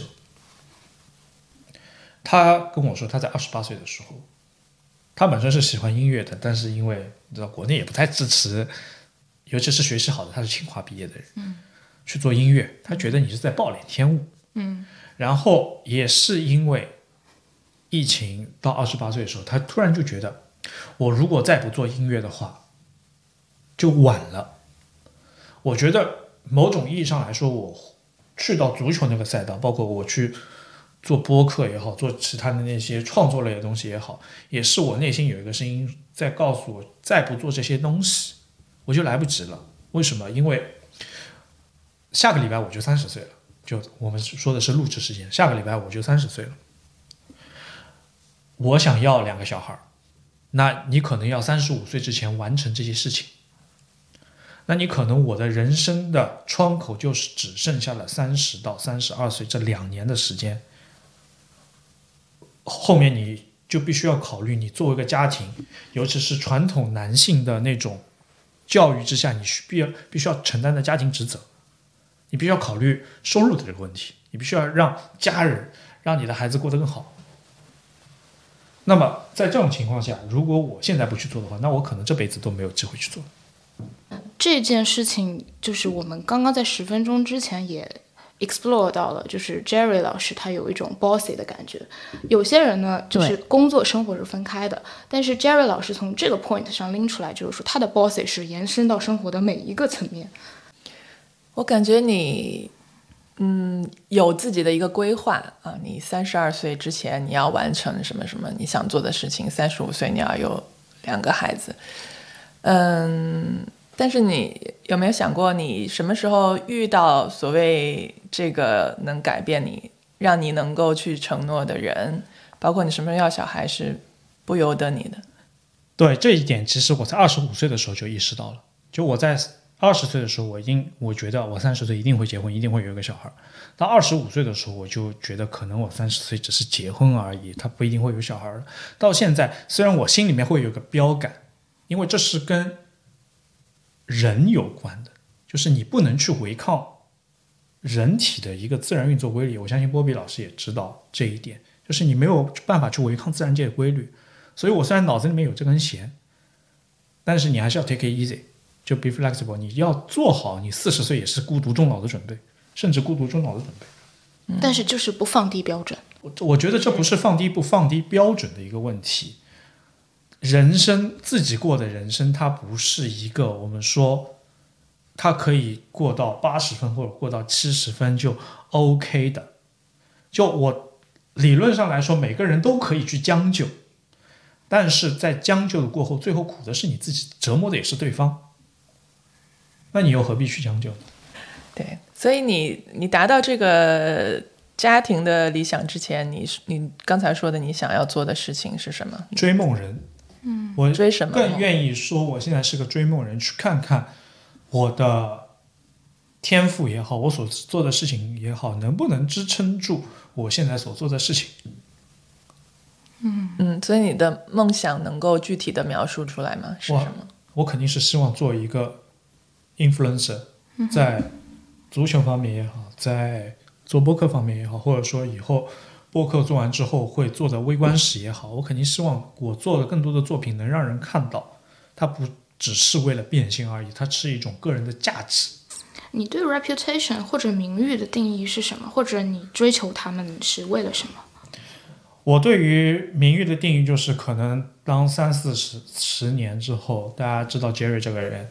S2: 他跟我说，他在二十八岁的时候，他本身是喜欢音乐的，但是因为你知道国内也不太支持，尤其是学习好的，他是清华毕业的人，
S5: 嗯，
S2: 去做音乐，他觉得你是在暴殄天物，
S5: 嗯，
S2: 然后也是因为疫情到二十八岁的时候，他突然就觉得，我如果再不做音乐的话，就晚了。我觉得某种意义上来说，我去到足球那个赛道，包括我去做播客也好，做其他的那些创作类的东西也好，也是我内心有一个声音在告诉我，再不做这些东西，我就来不及了。为什么？因为下个礼拜我就三十岁了，就我们说的是录制时间，下个礼拜我就三十岁了。我想要两个小孩，那你可能要三十五岁之前完成这些事情。那你可能我的人生的窗口就是只剩下了三十到三十二岁这两年的时间，后面你就必须要考虑，你作为一个家庭，尤其是传统男性的那种教育之下，你必要必须要承担的家庭职责，你必须要考虑收入的这个问题，你必须要让家人、让你的孩子过得更好。那么在这种情况下，如果我现在不去做的话，那我可能这辈子都没有机会去做。
S5: 这件事情就是我们刚刚在十分钟之前也 explore 到了，就是 Jerry 老师他有一种 bossy 的感觉。有些人呢，就是工作生活是分开的，但是 Jerry 老师从这个 point 上拎出来，就是说他的 bossy 是延伸到生活的每一个层面。
S4: 我感觉你嗯有自己的一个规划啊，你三十二岁之前你要完成什么什么你想做的事情，三十五岁你要有两个孩子，嗯。但是你有没有想过，你什么时候遇到所谓这个能改变你、让你能够去承诺的人，包括你什么时候要小孩是不由得你的？
S2: 对，这一点其实我在二十五岁的时候就意识到了。就我在二十岁的时候，我已经我觉得我三十岁一定会结婚，一定会有一个小孩。到二十五岁的时候，我就觉得可能我三十岁只是结婚而已，他不一定会有小孩。到现在，虽然我心里面会有个标杆，因为这是跟人有关的，就是你不能去违抗人体的一个自然运作规律。我相信波比老师也知道这一点，就是你没有办法去违抗自然界的规律。所以我虽然脑子里面有这根弦，但是你还是要 take it easy， 就 be flexible， 你要做好你四十岁也是孤独终老的准备，甚至孤独终老的准备。
S5: 嗯、但是就是不放低标准。
S2: 我我觉得这不是放低不放低标准的一个问题， 人生自己过的人生，它不是一个我们说它可以过到八十分或者过到七十分就 OK 的。就我理论上来说，每个人都可以去将就，但是在将就的过后，最后苦的是你自己，折磨的也是对方。那你又何必去将就呢？
S4: 对，所以你你达到这个家庭的理想之前，你你刚才说的你想要做的事情是什么？
S2: 追梦人。嗯，我
S4: 追什么？
S2: 更愿意说我现在是个追梦人，去看看我的天赋也好，我所做的事情也好，能不能支撑住我现在所做的事情。
S4: 嗯嗯，所以你的梦想能够具体的描述出来吗？是什么？
S2: 我, 我肯定是希望做一个 influencer， 在足球方面也好，在做播客方面也好，或者说以后播客做完之后会做的微观史也好，我肯定希望我做的更多的作品能让人看到，它不只是为了变现而已，它是一种个人的价值。
S5: 你对 reputation 或者名誉的定义是什么？或者你追求他们是为了什么？
S2: 我对于名誉的定义就是，可能当三四十十年之后，大家知道 Jerry 这个人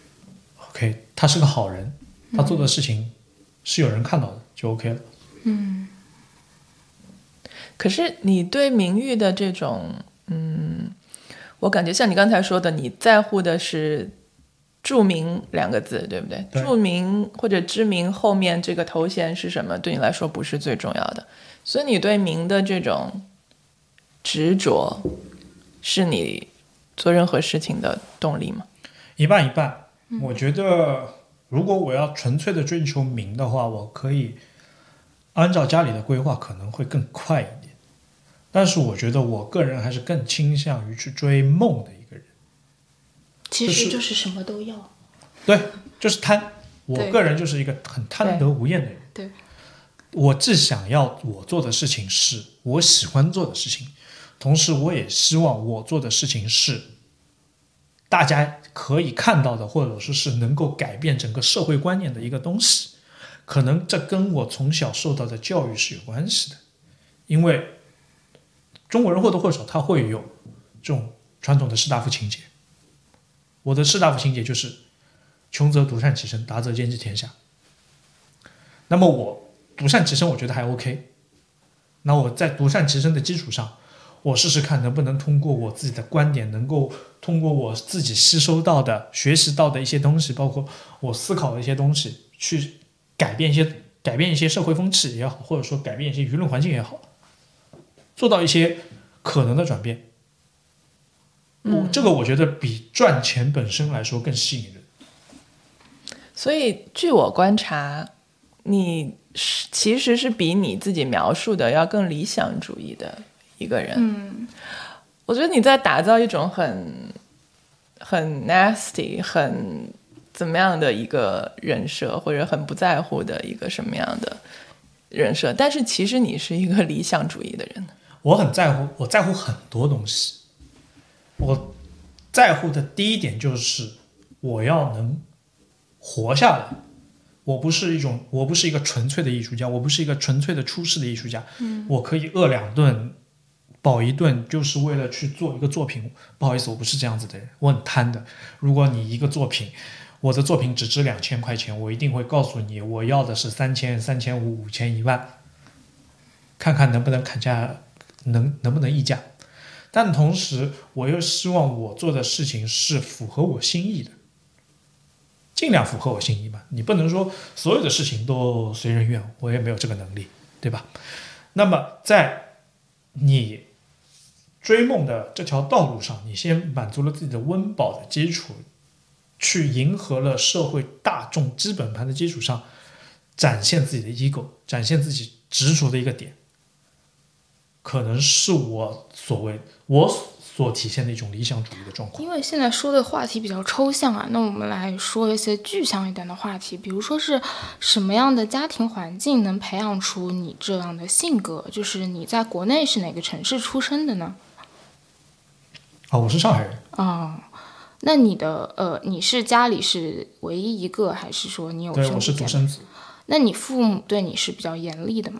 S2: ，OK， 他是个好人，他做的事情是有人看到的，就 OK 了。
S5: 嗯。
S4: 可是你对名誉的这种，嗯，我感觉像你刚才说的，你在乎的是著名两个字，对不对？
S2: 对，
S4: 著名或者知名后面这个头衔是什么，对你来说不是最重要的。所以你对名的这种执着，是你做任何事情的动力吗？
S2: 一半一半。嗯、我觉得，如果我要纯粹的追求名的话，我可以按照家里的规划，可能会更快一点。但是我觉得我个人还是更倾向于去追梦的一个人。
S5: 其实就是什么都要。
S2: 对，就是贪。我个人就是一个很贪得无厌的人。
S5: 对。对，
S2: 我既想要我做的事情是我喜欢做的事情，同时我也希望我做的事情是大家可以看到的，或者说是能够改变整个社会观念的一个东西。可能这跟我从小受到的教育是有关系的，因为中国人或多或少他会有这种传统的士大夫情节。我的士大夫情节就是穷则独善其身，达则兼济天下。那么我独善其身我觉得还 OK， 那我在独善其身的基础上，我试试看能不能通过我自己的观点，能够通过我自己吸收到的学习到的一些东西，包括我思考的一些东西，去改变一些改变一些社会风气也好，或者说改变一些舆论环境也好，做到一些可能的转变。嗯、这个我觉得比赚钱本身来说更吸引人。
S4: 所以据我观察，你其实是比你自己描述的要更理想主义的一个人。
S5: 嗯，
S4: 我觉得你在打造一种很很 nasty 很怎么样的一个人设，或者很不在乎的一个什么样的人设，但是其实你是一个理想主义的人。
S2: 我很在乎，我在乎很多东西。我在乎的第一点就是我要能活下来。我不是一种，我不是一个纯粹的艺术家，我不是一个纯粹的出世的艺术家。嗯，我可以饿两顿饱一顿，就是为了去做一个作品。不好意思，我不是这样子的人，我很贪的。如果你一个作品，我的作品只值两千块钱，我一定会告诉你，我要的是三千、三千五、五千、一万，看看能不能砍价，能能不能议价。但同时，我又希望我做的事情是符合我心意的，尽量符合我心意吧。你不能说所有的事情都随人愿，我也没有这个能力，对吧？那么在你追梦的这条道路上，你先满足了自己的温饱的基础，去迎合了社会大众基本盘的基础上，展现自己的 ego， 展现自己执着的一个点，可能是我所谓我所体现的一种理想主义的状况。
S5: 因为现在说的话题比较抽象啊，那我们来说一些具象一点的话题，比如说是什么样的家庭环境能培养出你这样的性格？就是你在国内是哪个城市出生的呢？
S2: 啊，我是上海人。
S5: 啊、哦，那你的呃，你是家里是唯一一个，还是说你有兄弟姐妹？
S2: 对，我是独生子。
S5: 那你父母对你是比较严厉的吗？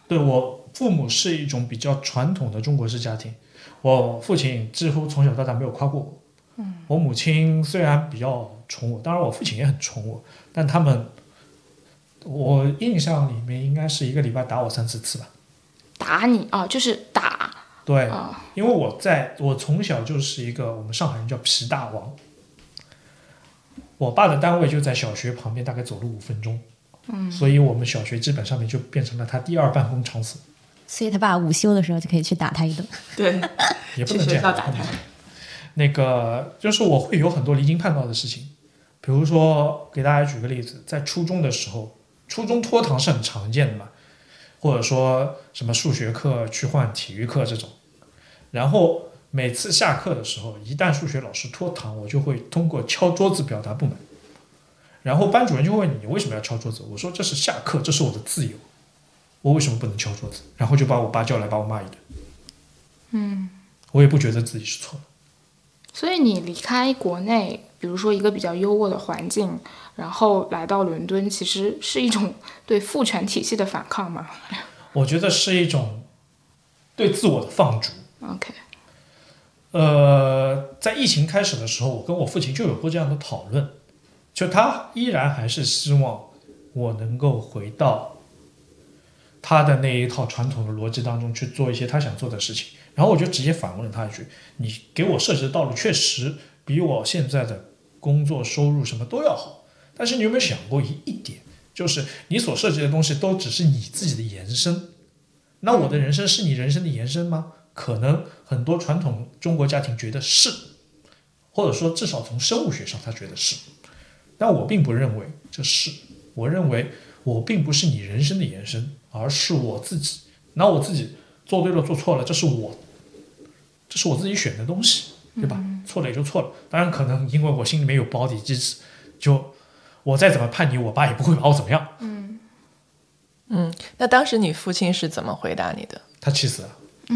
S2: 对，我父母是一种比较传统的中国式家庭，我父亲几乎从小到大没有夸过我。嗯，我母亲虽然比较宠我，当然我父亲也很宠我，但他们，我印象里面应该是一个礼拜打我三四次吧。
S5: 打你啊，就是打。
S2: 对，
S5: 哦、
S2: 因为我在我从小就是一个我们上海人叫皮大王。我爸的单位就在小学旁边，大概走路五分钟。嗯，所以我们小学基本上面就变成了他第二办公场所。
S6: 所以他爸午休的时候就可以去打他一顿。
S4: 对，
S2: 也不能这样打他。那个就是我会有很多离经叛道的事情，比如说给大家举个例子，在初中的时候，初中拖堂是很常见的嘛，或者说什么数学课去换体育课这种，然后每次下课的时候，一旦数学老师拖堂，我就会通过敲桌子表达不满，然后班主任就会问你，你为什么要敲桌子？我说这是下课，这是我的自由，我为什么不能敲桌子？然后就把我爸叫来把我骂一顿。
S5: 嗯，
S2: 我也不觉得自己是错的。
S5: 所以你离开国内，比如说一个比较优渥的环境，然后来到伦敦，其实是一种对父权体系的反抗吗？
S2: 我觉得是一种对自我的放逐。
S5: OK。
S2: 呃，在疫情开始的时候，我跟我父亲就有过这样的讨论，就他依然还是希望我能够回到他的那一套传统的逻辑当中去做一些他想做的事情。然后我就直接反问了他一句，你给我设计的道路确实比我现在的工作收入什么都要好，但是你有没有想过一一点，就是你所设计的东西都只是你自己的延伸，那我的人生是你人生的延伸吗？可能很多传统中国家庭觉得是，或者说至少从生物学上他觉得是，但我并不认为这是，我认为我并不是你人生的延伸，而是我自己。那我自己做对了做错了，这是我这是我自己选的东西，对吧？嗯、错了也就错了。当然可能因为我心里面有保底机制，就我再怎么叛逆，我爸也不会把我怎么样。
S4: 嗯嗯，那当时你父亲是怎么回答你的？
S2: 他气死了。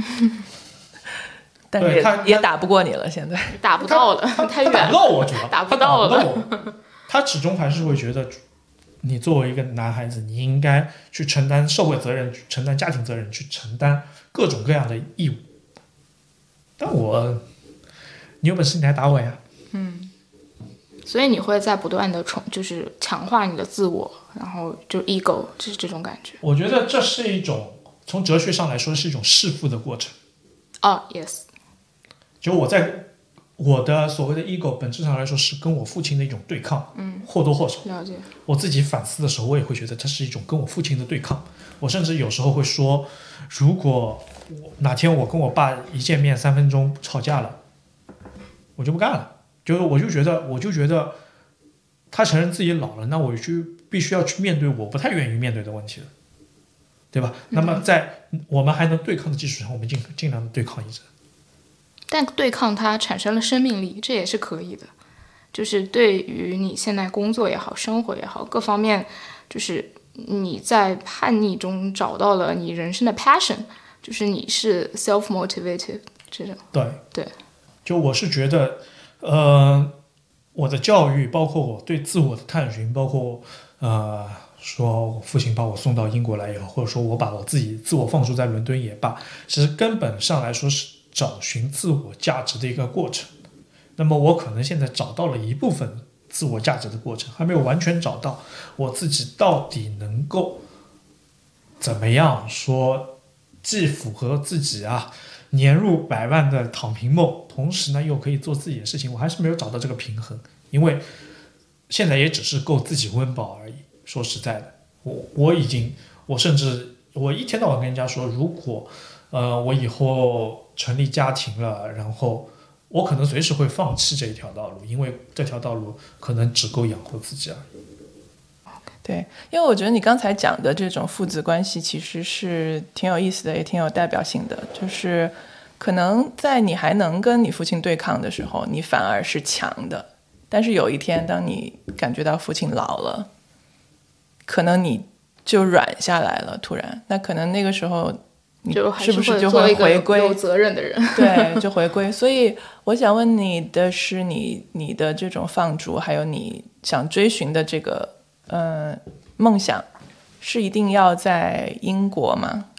S4: 但是 也, 也打不过你了，现在
S5: 打不到了，太远了，
S2: 打不到我，主要
S5: 打不到了。
S2: 他, 他始终还是会觉得，你作为一个男孩子，你应该去承担社会责任，去承担家庭责任，去承担各种各样的义务。但我，你有本事你来打我呀！
S5: 嗯，所以你会在不断的重，就是强化你的自我，然后就 ego， 就是这种感觉。
S2: 我觉得这是一种从哲学上来说是一种弑父的过程。
S5: 哦、oh, ，yes。
S2: 就我在我的所谓的 ego 本质上来说是跟我父亲的一种对抗，
S5: 嗯，
S2: 或多或少。
S5: 了解。
S2: 我自己反思的时候，我也会觉得这是一种跟我父亲的对抗。我甚至有时候会说，如果哪天我跟我爸一见面三分钟吵架了，我就不干了。就是我就觉得，我就觉得他承认自己老了，那我就必须要去面对我不太愿意面对的问题了，对吧？嗯、那么在我们还能对抗的基础上，我们尽尽量的对抗一致。
S5: 但对抗它产生了生命力，这也是可以的。就是对于你现在工作也好，生活也好，各方面，就是你在叛逆中找到了你人生的 passion， 就是你是 self-motivated 这种。
S2: 对
S5: 对，
S2: 就我是觉得，呃，我的教育，包括我对自我的探寻，包括呃，说我父亲把我送到英国来以后，或者说我把我自己自我放逐在伦敦也罢，其实根本上来说是找寻自我价值的一个过程。那么我可能现在找到了一部分自我价值的过程，还没有完全找到我自己到底能够怎么样说，既符合自己啊年入百万的躺平梦，同时呢又可以做自己的事情，我还是没有找到这个平衡。因为现在也只是够自己温饱而已。说实在的，我我已经，我甚至我一天到晚跟人家说，如果呃我以后成立家庭了，然后我可能随时会放弃这一条道路，因为这条道路可能只够养活自己而已。
S4: 对，因为我觉得你刚才讲的这种父子关系其实是挺有意思的，也挺有代表性的。就是可能在你还能跟你父亲对抗的时候，你反而是强的，但是有一天当你感觉到父亲老了，可能你就软下来了，突然，那可能那个时候你是不是就会回归
S5: 有责任的人？
S4: 对，就回归。所以我想问你的是你，你你的这种放逐，还有你想追寻的这个呃梦想，是一定要在英国吗？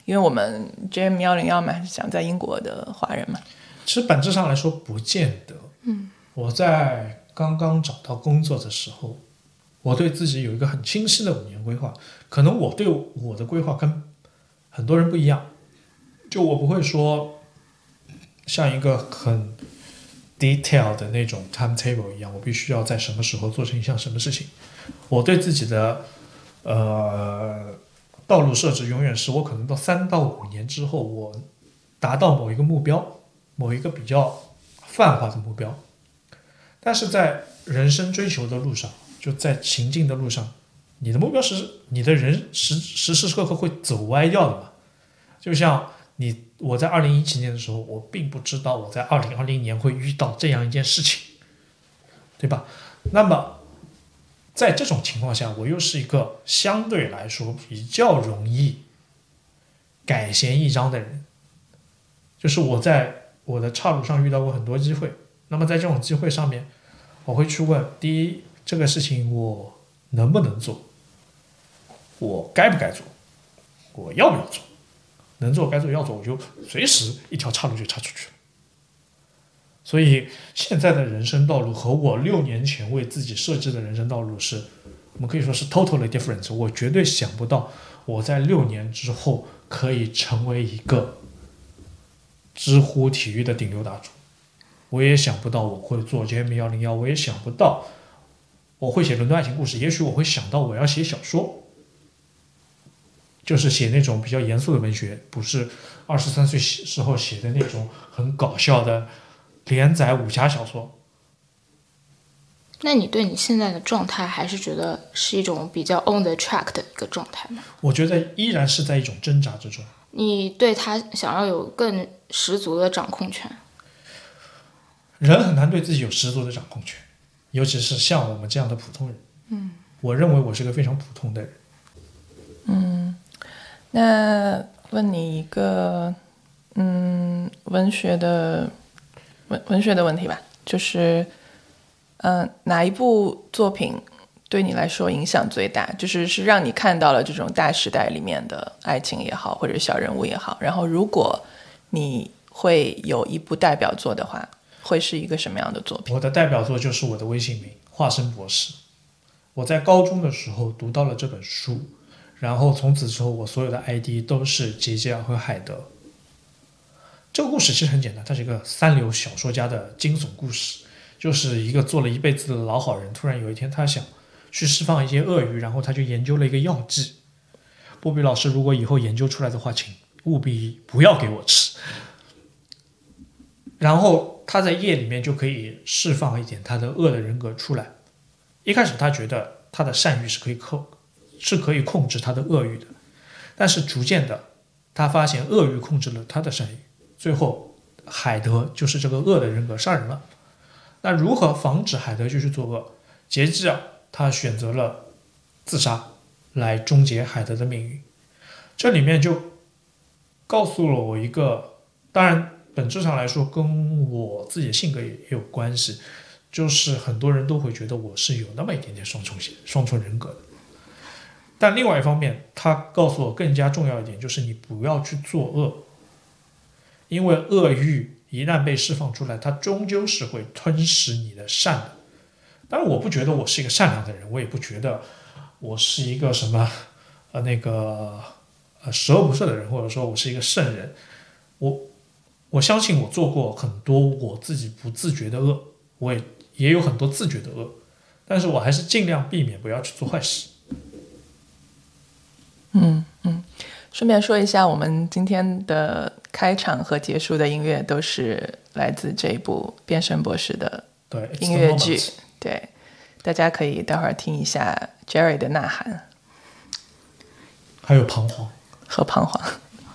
S4: 因为我们 J M 一零一嘛是想在英国的华人嘛。
S2: 其实本质上来说不见得。
S5: 嗯，
S2: 我在刚刚找到工作的时候，我对自己有一个很清晰的五年规划。可能我对我的规划跟很多人不一样，就我不会说像一个很 detail 的那种 timetable 一样，我必须要在什么时候做成一项什么事情。我对自己的呃道路设置永远是我可能到三到五年之后，我达到某一个目标，某一个比较泛化的目标。但是在人生追求的路上，就在行进的路上，你的目标是你的人时时时刻刻会走歪掉的嘛。就像你我在二零一七年的时候，我并不知道我在二零二零年会遇到这样一件事情，对吧？那么在这种情况下，我又是一个相对来说比较容易改弦易张的人，就是我在我的岔路上遇到过很多机会，那么在这种机会上面，我会去问：第一，这个事情我能不能做？我该不该做？我要不要做？能做该做要做，我就随时一条岔路就岔出去了。所以现在的人生道路和我六年前为自己设置的人生道路是，我们可以说是 totally different。我绝对想不到我在六年之后可以成为一个知乎体育的顶流大主，我也想不到我会做 J M 一零一，我也想不到我会写伦敦爱情故事，也许我会想到我要写小说，就是写那种比较严肃的文学，不是二十三岁时候写的那种很搞笑的连载武侠小说。
S5: 那你对你现在的状态还是觉得是一种比较 on the track 的一个状态吗？
S2: 我觉得依然是在一种挣扎之中。
S5: 你对他想要有更十足的掌控权？
S2: 人很难对自己有十足的掌控权，尤其是像我们这样的普通人。
S5: 嗯，
S2: 我认为我是个非常普通的人。
S4: 嗯，那问你一个嗯文学的文文学的问题吧，就是嗯、呃、哪一部作品对你来说影响最大，就是是让你看到了这种大时代里面的爱情也好，或者小人物也好，然后如果你会有一部代表作的话，会是一个什么样的作品？
S2: 我的代表作就是我的微信名化身博士。我在高中的时候读到了这本书，然后从此之后我所有的 I D 都是杰吉尔和海德。这个故事其实很简单，它是一个三流小说家的惊悚故事，就是一个做了一辈子的老好人，突然有一天他想去释放一些鳄鱼，然后他就研究了一个药剂。波比老师，如果以后研究出来的话，请务必不要给我吃。然后他在夜里面就可以释放一点他的恶的人格出来。一开始他觉得他的善欲是可以控是可以控制他的恶欲的，但是逐渐的他发现恶欲控制了他的善欲，最后海德就是这个恶的人格杀人了。那如何防止海德继续作恶？杰基尔他选择了自杀来终结海德的命运。这里面就告诉了我一个，当然本质上来说跟我自己的性格也有关系，就是很多人都会觉得我是有那么一点点双重性双重人格的。但另外一方面，他告诉我更加重要一点，就是你不要去作恶，因为恶欲一旦被释放出来，它终究是会吞噬你的善的。当然我不觉得我是一个善良的人，我也不觉得我是一个什么呃那个呃十恶不赦的人，或者说我是一个圣人。我我相信我做过很多我自己不自觉的恶，我也也有很多自觉的恶，但是我还是尽量避免不要去做坏事。
S4: 嗯嗯，顺便说一下，我们今天的开场和结束的音乐都是来自这一部变身博士的音乐剧。对，大家可以待会儿听一下 Jerry 的呐喊，
S2: 还有彷徨
S4: 和彷徨。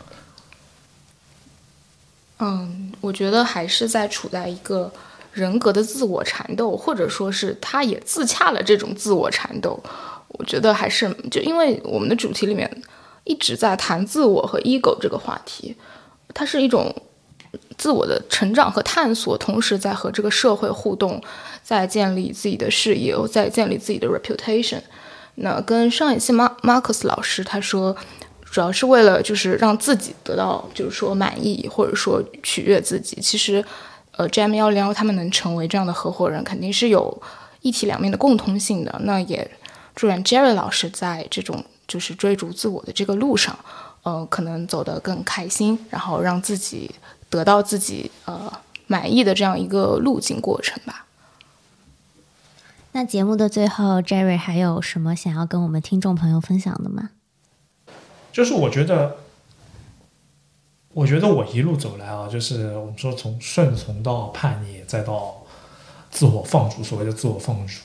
S5: 嗯，我觉得还是在处在一个人格的自我缠斗，或者说是他也自洽了这种自我缠斗。我觉得还是就因为我们的主题里面一直在谈自我和 ego 这个话题，它是一种自我的成长和探索，同时在和这个社会互动，在建立自己的事业，在建立自己的 reputation。那跟上一期马马克思老师他说， 主要是为了就是让自己得到就是说满意，或者说取悦自己。其实，呃 G M 一零一他们能成为这样的合伙人，肯定是有一体两面的共通性的。那也祝愿 Jerry 老师在这种就是追逐自我的这个路上，呃，可能走得更开心，然后让自己得到自己呃满意的这样一个路径过程吧。
S6: 那节目的最后 Jerry 还有什么想要跟我们听众朋友分享的吗？
S2: 就是我觉得我觉得我一路走来啊，就是我们说从顺从到叛逆再到自我放逐，所谓的自我放逐，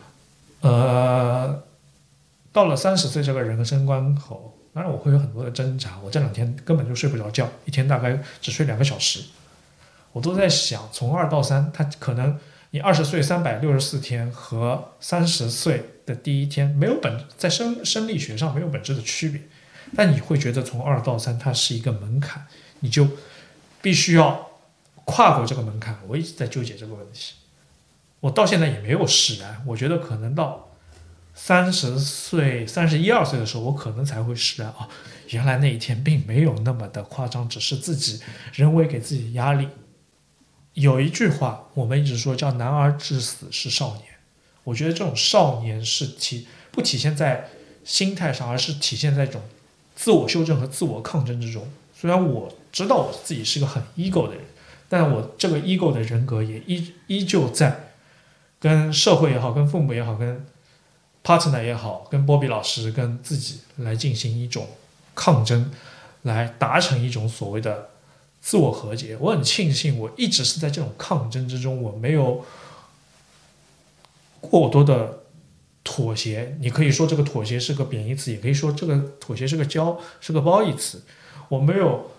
S2: 呃到了三十岁这个人生关口，当然我会有很多的挣扎。我这两天根本就睡不着觉，一天大概只睡两个小时。我都在想，从二到三，它可能你二十岁三百六十四天和三十岁的第一天没有本在生生理学上没有本质的区别，但你会觉得从二到三它是一个门槛，你就必须要跨过这个门槛。我一直在纠结这个问题，我到现在也没有释然。我觉得可能到三十岁、三十一二岁的时候，我可能才会释然啊，原来那一天并没有那么的夸张，只是自己人为给自己压力。有一句话我们一直说叫男儿至死是少年，我觉得这种少年是体不体现在心态上，而是体现在一种自我修正和自我抗争之中。虽然我知道我自己是个很 ego 的人，但我这个 ego 的人格也依依旧在跟社会也好，跟父母也好，跟 partner 也好，跟波比老师跟自己来进行一种抗争，来达成一种所谓的自我和解。我很庆幸我一直是在这种抗争之中，我没有过多的妥协。你可以说这个妥协是个贬义词，也可以说这个妥协是个骄是个褒义词。我没有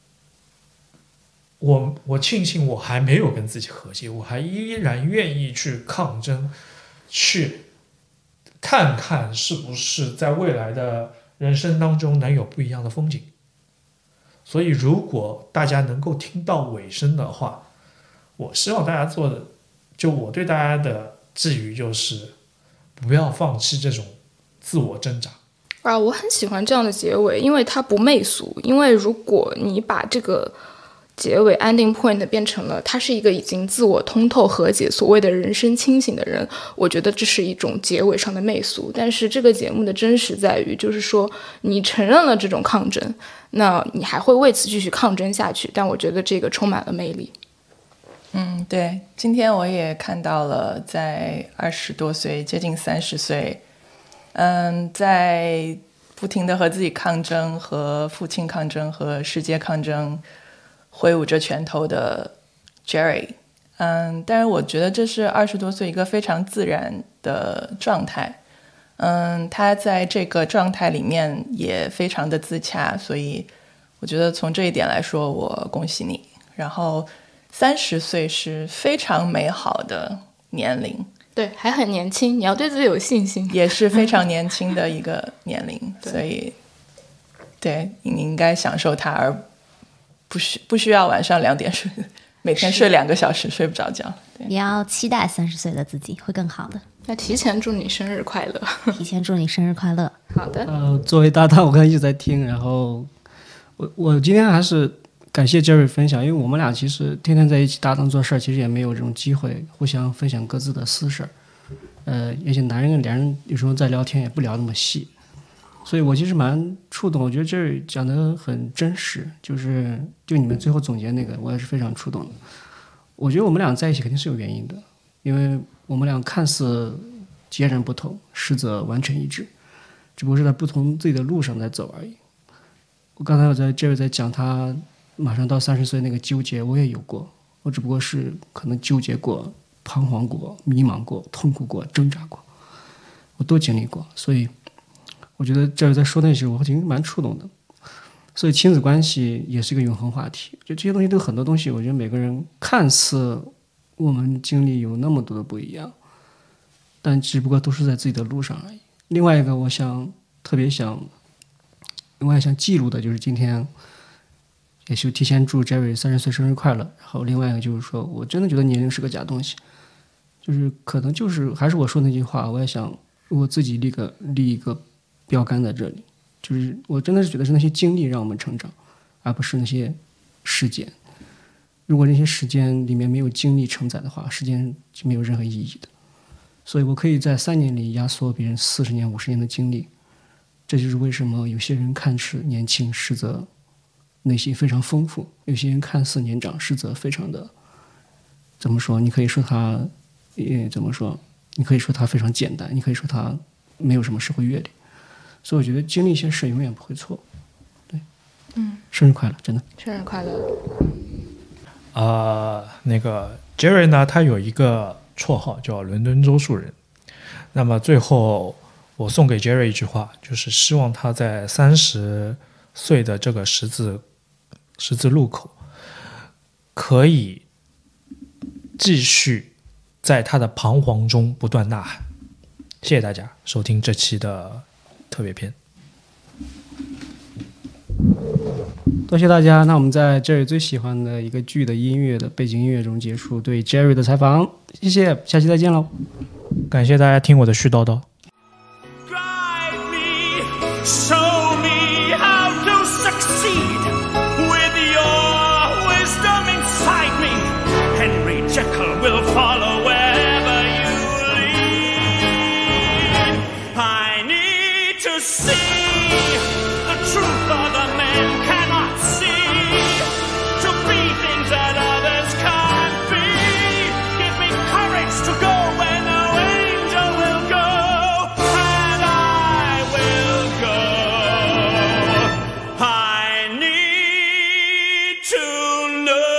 S2: 我我庆幸我还没有跟自己和解，我还依然愿意去抗争，去看看是不是在未来的人生当中能有不一样的风景。所以如果大家能够听到尾声的话，我希望大家做的，就我对大家的寄语就是不要放弃这种自我挣扎
S5: 啊。我很喜欢这样的结尾，因为它不媚俗。因为如果你把这个结尾 ending point 变成了他是一个已经自我通透和解所谓的人生清醒的人，我觉得这是一种结尾上的媚俗。但是这个节目的真实在于，就是说你承认了这种抗争，那你还会为此继续抗争下去，但我觉得这个充满了魅力。
S4: 嗯，对，今天我也看到了在二十多岁接近三十岁嗯，在不停的和自己抗争，和父亲抗争，和世界抗争，挥舞着拳头的 Jerry。 嗯，但是我觉得这是二十多岁一个非常自然的状态。嗯，他在这个状态里面也非常的自洽，所以我觉得从这一点来说，我恭喜你。然后三十岁是非常美好的年龄，
S5: 对，还很年轻，你要对自己有信心，
S4: 也是非常年轻的一个年龄所以对你应该享受它，而不需不需要晚上两点睡，每天睡两个小时睡不着觉。
S6: 也要期待三十岁的自己会更好的。
S5: 那提前祝你生日快乐！
S6: 提前祝你生日快乐！
S5: 好的。
S3: 呃，作为搭档，我刚才一直在听，然后我我今天还是感谢 Jerry 分享，因为我们俩其实天天在一起搭档做事儿，其实也没有这种机会互相分享各自的私事儿。呃，而且男人跟两人有时候在聊天也不聊那么细，所以我其实蛮触动。我觉得 Jerry 讲得很真实，就是就你们最后总结那个，我也是非常触动的。我觉得我们俩在一起肯定是有原因的，因为我们俩看似截然不同，实则完全一致，只不过是在不同自己的路上在走而已。我刚才我在 Jerry 在讲他马上到三十岁那个纠结，我也有过，我只不过是可能纠结过、彷徨过、迷茫过、痛苦过、挣扎过，我都经历过。所以我觉得 Jerry 在说那些，我其实蛮触动的。所以亲子关系也是一个永恒话题，就这些东西都很多东西，我觉得每个人看似我们经历有那么多的不一样，但只不过都是在自己的路上而已。另外一个我想特别想另外想记录的就是今天也是提前祝 Jerry 三十岁生日快乐。然后另外一个就是说，我真的觉得年龄是个假东西，就是可能就是还是我说那句话，我也想我自己立个立一个标杆在这里， 就是我真的是觉得是那些经历让我们成长，而不是那些事件。如果这些时间里面没有经历承载的话，时间就没有任何意义的。所以我可以在三年里压缩别人四十年、五十年的经历。这就是为什么有些人看似年轻，实则内心非常丰富；有些人看似年长，实则非常的怎么说？你可以说他，也怎么说？你可以说他非常简单，你可以说他没有什么社会阅历。所以我觉得经历一些事永远不会错。对，
S5: 嗯，
S3: 生日快乐，真的，
S5: 生日快乐。
S2: 呃，那个 Jerry 呢，他有一个绰号叫伦敦周树人。那么最后我送给 Jerry 一句话，就是希望他在三十岁的这个十字十字路口，可以继续在他的彷徨中不断呐喊。谢谢大家收听这期的特别篇。
S3: 多谢大家。那我们在 Jerry 最喜欢的一个剧的音乐的背景音乐中结束对 Jerry 的采访，谢谢，下期再见喽。
S2: 感谢大家听我的絮叨叨。
S1: Guide me, show me how to succeed with your wisdom inside me. Henry Jekyll will follow wherever you lead. I need to see the truth other men cannot see, to be things that others can't be. Give me courage to go where no angel will go, and I will go. I need to know.